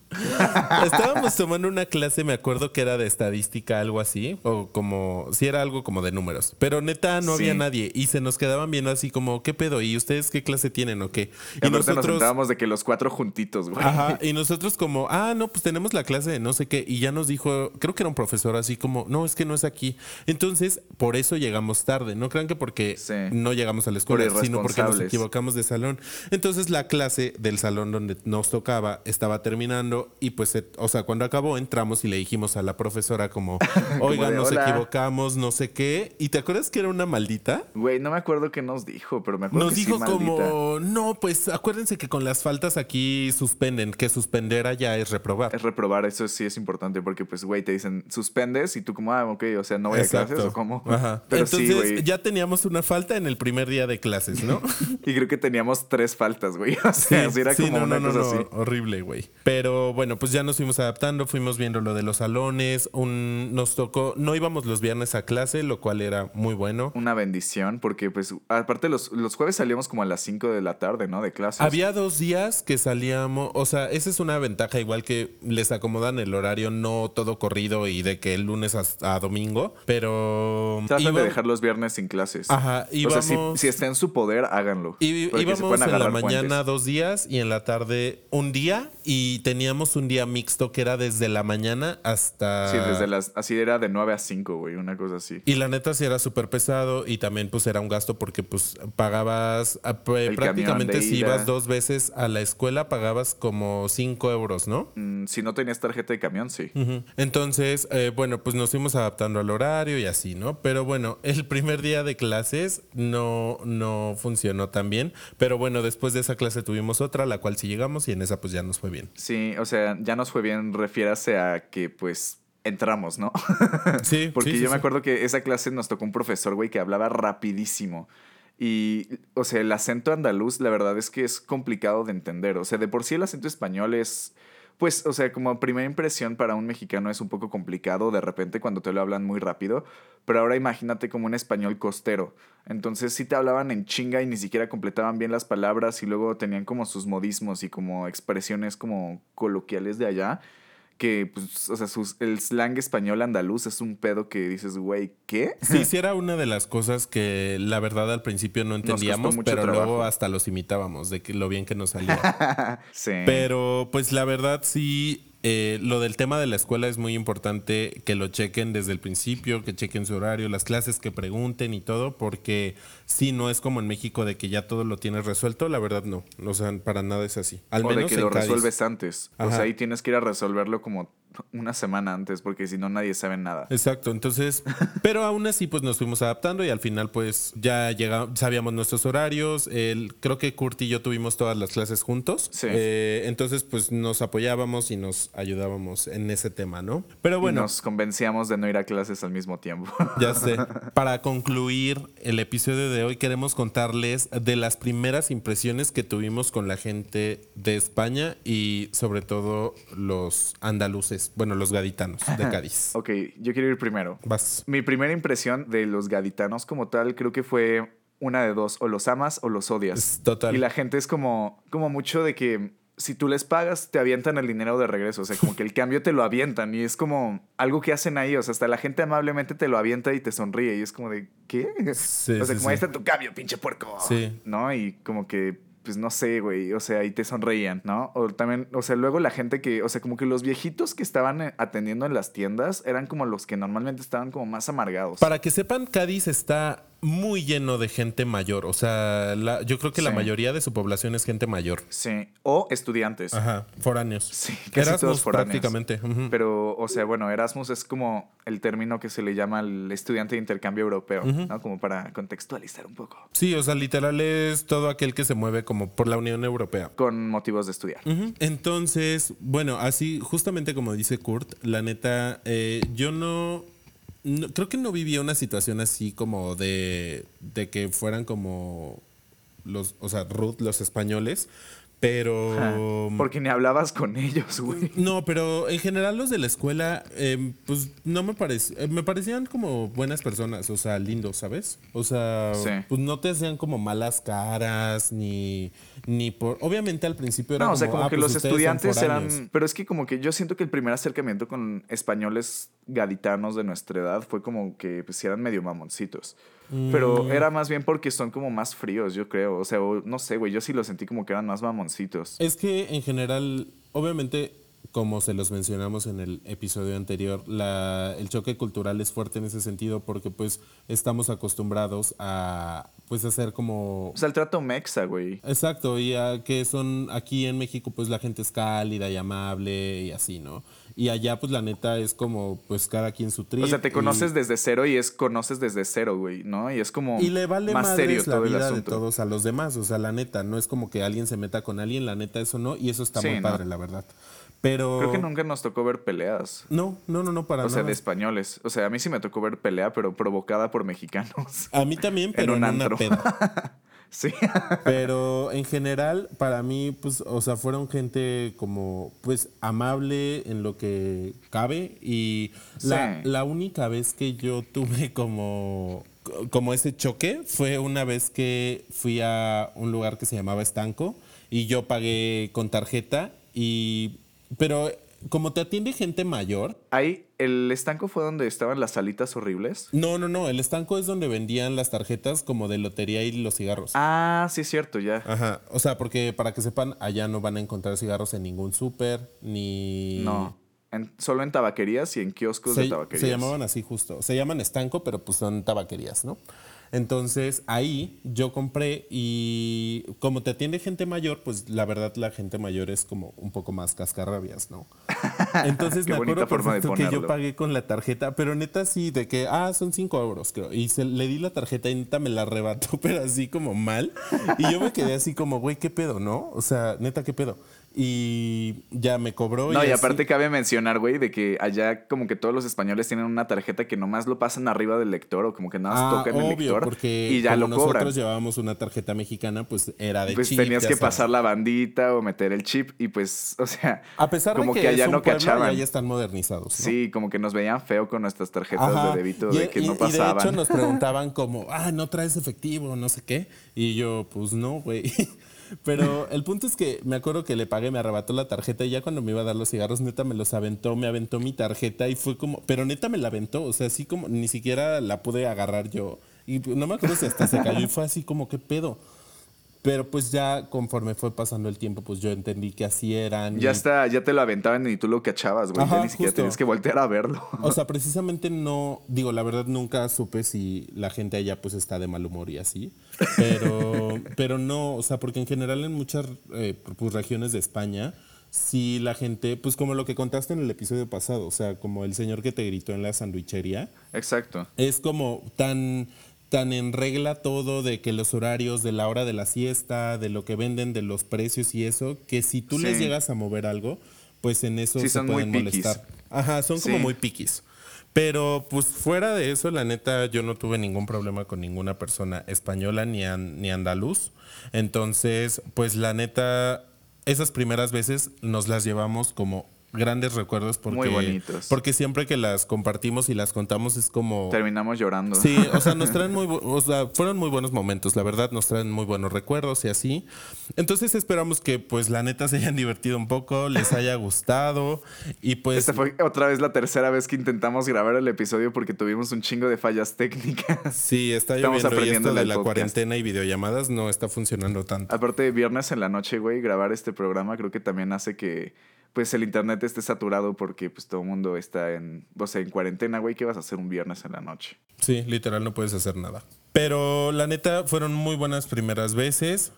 Estábamos tomando una clase, me acuerdo que era de estadística, algo así, o como, si sí era algo como de números, pero neta no sí. había nadie y se nos quedaban viendo así como, ¿qué pedo? ¿Y ustedes qué clase tienen o qué? Y, y nosotros nos sentábamos de que los cuatro juntitos, güey. Ajá, y nosotros como, ah, no, pues tenemos la clase de no sé qué, y ya nos dijo, creo que era un profesor así como, no, es que no es aquí. Entonces, por eso llegamos tarde, no crean que porque sí. no llegamos a la escuela, por sino porque nos equivocamos de salón. Entonces, la clase del salón donde nos tocaba estaba terminando. Y pues, o sea, cuando acabó entramos y le dijimos a la profesora como, oiga, como nos equivocamos, no sé qué. ¿Y te acuerdas que era una maldita? Güey, no me acuerdo qué nos dijo, pero me acuerdo nos que dijo sí, como, maldita. No, pues acuérdense que con las faltas aquí suspenden, que suspender allá es reprobar. Es reprobar, eso sí es importante porque pues, güey, te dicen suspendes y tú como, ah, ok, o sea, no voy Exacto. a clases o cómo. Ajá. Pero entonces sí, ya teníamos una falta en el primer día de clases, ¿no? Y creo que teníamos tres faltas, güey. O sea, sí, así era sí, como no, una no, cosa no, así. Horrible, güey. Pero bueno, pues ya nos fuimos adaptando, fuimos viendo lo de los salones, un, nos tocó, no íbamos los viernes a clase, lo cual era muy bueno. Una bendición, porque pues aparte los, los jueves salíamos como a las cinco de la tarde, ¿no? De clases. Había dos días que salíamos, o sea, esa es una ventaja, igual que les acomodan el horario, no todo corrido y de que el lunes a, a domingo, pero... Tratan iba... de dejar los viernes sin clases. Ajá, íbamos... O sea, si, si está en su poder, háganlo. Y, íbamos en la mañana puentes. dos días y en la tarde un día y teníamos teníamos un día mixto que era desde la mañana hasta... Sí, desde las... Así era de nueve a cinco, güey, una cosa así. Y la neta sí era súper pesado y también pues era un gasto porque pues pagabas... El prácticamente si ida. ibas dos veces a la escuela pagabas como cinco euros, ¿no? Mm, si no tenías tarjeta de camión, sí. Uh-huh. Entonces, eh, bueno, pues nos fuimos adaptando al horario y así, ¿no? Pero bueno, el primer día de clases no, no funcionó tan bien. Pero bueno, después de esa clase tuvimos otra, la cual sí llegamos y en esa pues ya nos fue bien. Sí, o sea, ya nos fue bien, refiérase a que pues entramos, ¿no? Sí. Porque sí, yo sí, me sí. acuerdo que esa clase nos tocó un profesor, güey, que hablaba rapidísimo. Y, o sea, el acento andaluz, la verdad es que es complicado de entender. O sea, de por sí el acento español es, pues, o sea, como primera impresión para un mexicano es un poco complicado de repente cuando te lo hablan muy rápido. Pero ahora imagínate como un español costero. Entonces sí te hablaban en chinga y ni siquiera completaban bien las palabras y luego tenían como sus modismos y como expresiones como coloquiales de allá. Que, pues, o sea, sus, el slang español andaluz es un pedo que dices, güey, ¿qué? Sí, sí era una de las cosas que la verdad al principio no entendíamos, mucho pero trabajo. luego hasta los imitábamos de que lo bien que nos salía. Sí. Pero pues la verdad sí, eh, lo del tema de la escuela es muy importante que lo chequen desde el principio, que chequen su horario, las clases, que pregunten y todo, porque sí, no es como en México de que ya todo lo tienes resuelto, la verdad no, o sea, para nada es así. Al o menos de que en lo Cádiz. resuelves antes. Ajá. O sea, ahí tienes que ir a resolverlo como una semana antes, porque si no nadie sabe nada. Exacto, entonces, pero aún así pues nos fuimos adaptando y al final pues ya llegamos, sabíamos nuestros horarios, el, creo que Kurt y yo tuvimos todas las clases juntos, Sí. eh, entonces pues nos apoyábamos y nos ayudábamos en ese tema, ¿no? Pero bueno, Y nos convencíamos de no ir a clases al mismo tiempo. ya sé, para concluir el episodio de hoy queremos contarles de las primeras impresiones que tuvimos con la gente de España y sobre todo los andaluces. Bueno, los gaditanos de Cádiz. Ok, yo quiero ir primero. Vas. Mi primera impresión de los gaditanos como tal creo que fue una de dos, o los amas o los odias. Es total. Y la gente es como, como mucho de que si tú les pagas, te avientan el dinero de regreso. O sea, como que el cambio te lo avientan y es como algo que hacen ahí. O sea, hasta la gente amablemente te lo avienta y te sonríe y es como de, ¿qué? Sí, o sea, sí, como sí. ahí está tu cambio, pinche puerco. Sí. ¿No? Y como que... pues no sé, güey, o sea, y te sonreían, ¿no? O también, o sea, luego la gente que, o sea, como que los viejitos que estaban eh, atendiendo en las tiendas eran como los que normalmente estaban como más amargados. Para que sepan, Cádiz está muy lleno de gente mayor. O sea, la, yo creo que Sí. la mayoría de su población es gente mayor. Sí, o estudiantes. Ajá, foráneos. Sí, casi Erasmus todos foráneos. prácticamente. Ujú. Pero, o sea, bueno, Erasmus es como el término que se le llama al estudiante de intercambio europeo, Ujú. ¿no? Como para contextualizar un poco. Sí, o sea, literal es todo aquel que se mueve como por la Unión Europea. Con motivos de estudiar. Ujú. Entonces, bueno, así justamente como dice Kurt, la neta, eh, yo no, no- creo que no vivía una situación así como de, de que fueran como los, o sea, rude los españoles, pero... Ajá. Porque ni hablabas con ellos, güey. No, pero en general los de la escuela, eh, pues no me parecían, me parecían como buenas personas, o sea, lindos, ¿sabes? O sea, Sí. pues no te hacían como malas caras, ni, ni por... Obviamente al principio era No, o como, sea, como ah, que pues los ustedes son estudiantes foráneos. eran... Pero es que como que yo siento que el primer acercamiento con españoles gaditanos de nuestra edad fue como que pues sí eran medio mamoncitos. Pero Mm. era más bien porque son como más fríos, yo creo. O sea, o- no sé, güey, yo sí lo sentí como que eran más mamoncitos. Es que en general, obviamente, como se los mencionamos en el episodio anterior, la, el choque cultural es fuerte en ese sentido porque pues estamos acostumbrados a pues hacer como... O sea, el trato mexa, güey. Exacto, y a que son aquí en México pues la gente es cálida y amable y así, ¿no? Y allá pues la neta es como pues cada quien su trip. O sea, te y- conoces desde cero y es conoces desde cero, güey, ¿no? Y es como Y le vale más madres serio la todo el vida de asunto. todos a los demás, o sea, la neta, no es como que alguien se meta con alguien, la neta eso no, y eso está Sí, muy no. padre, la verdad. Pero... Creo que nunca nos tocó ver peleas. No, no, no, no, para O sea, nada. de españoles. O sea, a mí sí me tocó ver pelea, pero provocada por mexicanos. A mí también, pero un en, una antro. peda. Sí. Pero en general, para mí, pues, o sea, fueron gente como, pues, amable en lo que cabe. Y la, Sí. la única vez que yo tuve como, como ese choque fue una vez que fui a un lugar que se llamaba Estanco y yo pagué con tarjeta y... Pero como te atiende gente mayor. Ahí, ¿el estanco fue donde estaban las salitas horribles? No, no, no. El estanco es donde vendían las tarjetas como de lotería y los cigarros. Ah, sí es cierto, ya. Ajá. O sea, porque para que sepan, allá no van a encontrar cigarros en ningún súper, ni... No. En, solo en tabaquerías y en kioscos se, de tabaquerías. Se llamaban así justo. Se llaman estanco, pero pues son tabaquerías, ¿no? Entonces ahí yo compré y como te atiende gente mayor, pues la verdad la gente mayor es como un poco más cascarrabias, ¿no? Entonces Qué me bonita acuerdo forma de perfecto que ponerlo. yo pagué con la tarjeta, pero neta sí, de que, ah, son cinco euros, creo. Y se, le di la tarjeta y neta me la arrebató, pero así como mal. Y yo me quedé así como, güey, ¿qué pedo, no? O sea, neta, ¿qué pedo? Y ya me cobró. No, y, y aparte así... cabe mencionar, güey, de que allá como que todos los españoles tienen una tarjeta que nomás lo pasan arriba del lector o como que nada más Ah, tocan el obvio, lector porque y ya como lo nosotros cobran. llevábamos una tarjeta mexicana, pues era de Pues chip. tenías ya que sabes. pasar la bandita o meter el chip y pues, o sea, A pesar como de que, que allá es un no pueblo, cachaban. allá ya están modernizados, ¿no? Sí, como que nos veían feo con nuestras tarjetas Ajá. de débito y, de que y- no y de pasaban. hecho nos preguntaban como, ah, ¿no traes efectivo? No sé qué. Y yo, pues no, güey. Pero el punto es que me acuerdo que le pagué, me arrebató la tarjeta y ya cuando me iba a dar los cigarros, neta me los aventó, me aventó mi tarjeta y fue como, pero neta me la aventó, o sea, así como ni siquiera la pude agarrar yo. Y no me acuerdo si hasta se cayó y fue así como, ¿qué pedo? Pero pues ya conforme fue pasando el tiempo, pues yo entendí que así eran. Ya y- está, ya te lo aventaban y tú lo cachabas, güey. Ya Ajá, ni siquiera justo. tenías que voltear a verlo. O sea, precisamente no, digo, la verdad nunca supe si la gente allá pues está de mal humor y así, pero, pero no, o sea, porque en general en muchas eh, pues, regiones de España, sí la gente, pues como lo que contaste en el episodio pasado, o sea, como el señor que te gritó en la sandwichería, Exacto. es como tan, tan en regla todo de que los horarios, de la hora de la siesta, de lo que venden, de los precios y eso, que si tú les Sí. llegas a mover algo, pues en eso Sí, se son muy pueden piquis. molestar. Ajá, son como Sí. muy piquis. Pero pues fuera de eso, la neta, yo no tuve ningún problema con ninguna persona española ni, an- ni andaluz. Entonces, pues la neta, esas primeras veces nos las llevamos como grandes recuerdos porque, Muy bonitos. porque siempre que las compartimos y las contamos es como... Terminamos llorando. Sí, o sea, nos traen muy, bu- o sea, fueron muy buenos momentos, la verdad, nos traen muy buenos recuerdos y así. Entonces esperamos que, pues, la neta se hayan divertido un poco, les haya gustado y pues... Esta fue otra vez la tercera vez que intentamos grabar el episodio porque tuvimos un chingo de fallas técnicas. Sí, está Estamos lloviendo y aprendiendo esto de el la podcast. cuarentena y videollamadas no está funcionando tanto. Aparte de viernes en la noche, güey, grabar este programa creo que también hace que pues el internet esté saturado porque pues todo el mundo está en, o sea, en cuarentena, güey, ¿qué vas a hacer un viernes en la noche? Sí, literal no puedes hacer nada. Pero la neta fueron muy buenas primeras veces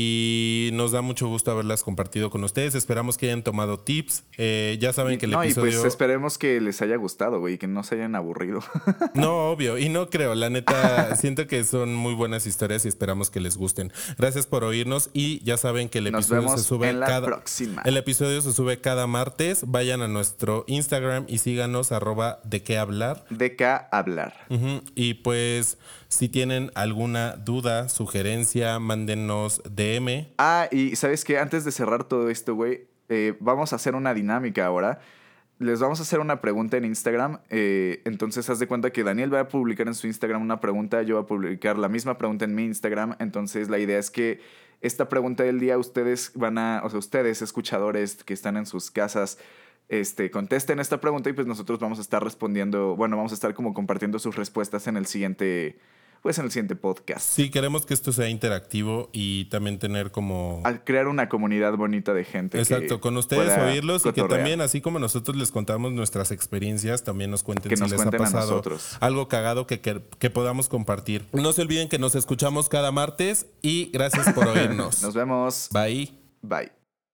y nos da mucho gusto haberlas compartido con ustedes. Esperamos que hayan tomado tips. Eh, ya saben Y- que el no, episodio... y pues esperemos que les haya gustado, güey, y que no se hayan aburrido. No, obvio, y no creo, la neta, siento que son muy buenas historias y esperamos que les gusten. Gracias por oírnos y ya saben que el Nos episodio vemos se sube en la cada próxima. El episodio se sube cada martes. Vayan a nuestro Instagram y síganos arroba de qué hablar. De acá hablar. Ujú, y pues si tienen alguna duda, sugerencia, mándenos D M. Ah, y ¿sabes qué? Antes de cerrar todo esto, güey, eh, vamos a hacer una dinámica ahora. Les vamos a hacer una pregunta en Instagram. eh, entonces, haz de cuenta que Daniel va a publicar en su Instagram una pregunta. Yo voy a publicar la misma pregunta en mi Instagram. Entonces, la idea es que esta pregunta del día ustedes van a... O sea, ustedes, escuchadores que están en sus casas, este, contesten esta pregunta y pues nosotros vamos a estar respondiendo... Bueno, vamos a estar como compartiendo sus respuestas en el siguiente... Pues en el siguiente podcast. Sí, queremos que esto sea interactivo y también tener como... A crear una comunidad bonita de gente. Exacto, que con ustedes pueda oírlos y que cotorrear. también, así como nosotros les contamos nuestras experiencias, también nos cuenten Que si nos les ha cuenten a pasado nosotros. algo cagado que, que, que podamos compartir. No se olviden que nos escuchamos cada martes y gracias por oírnos. Nos vemos. Bye. Bye.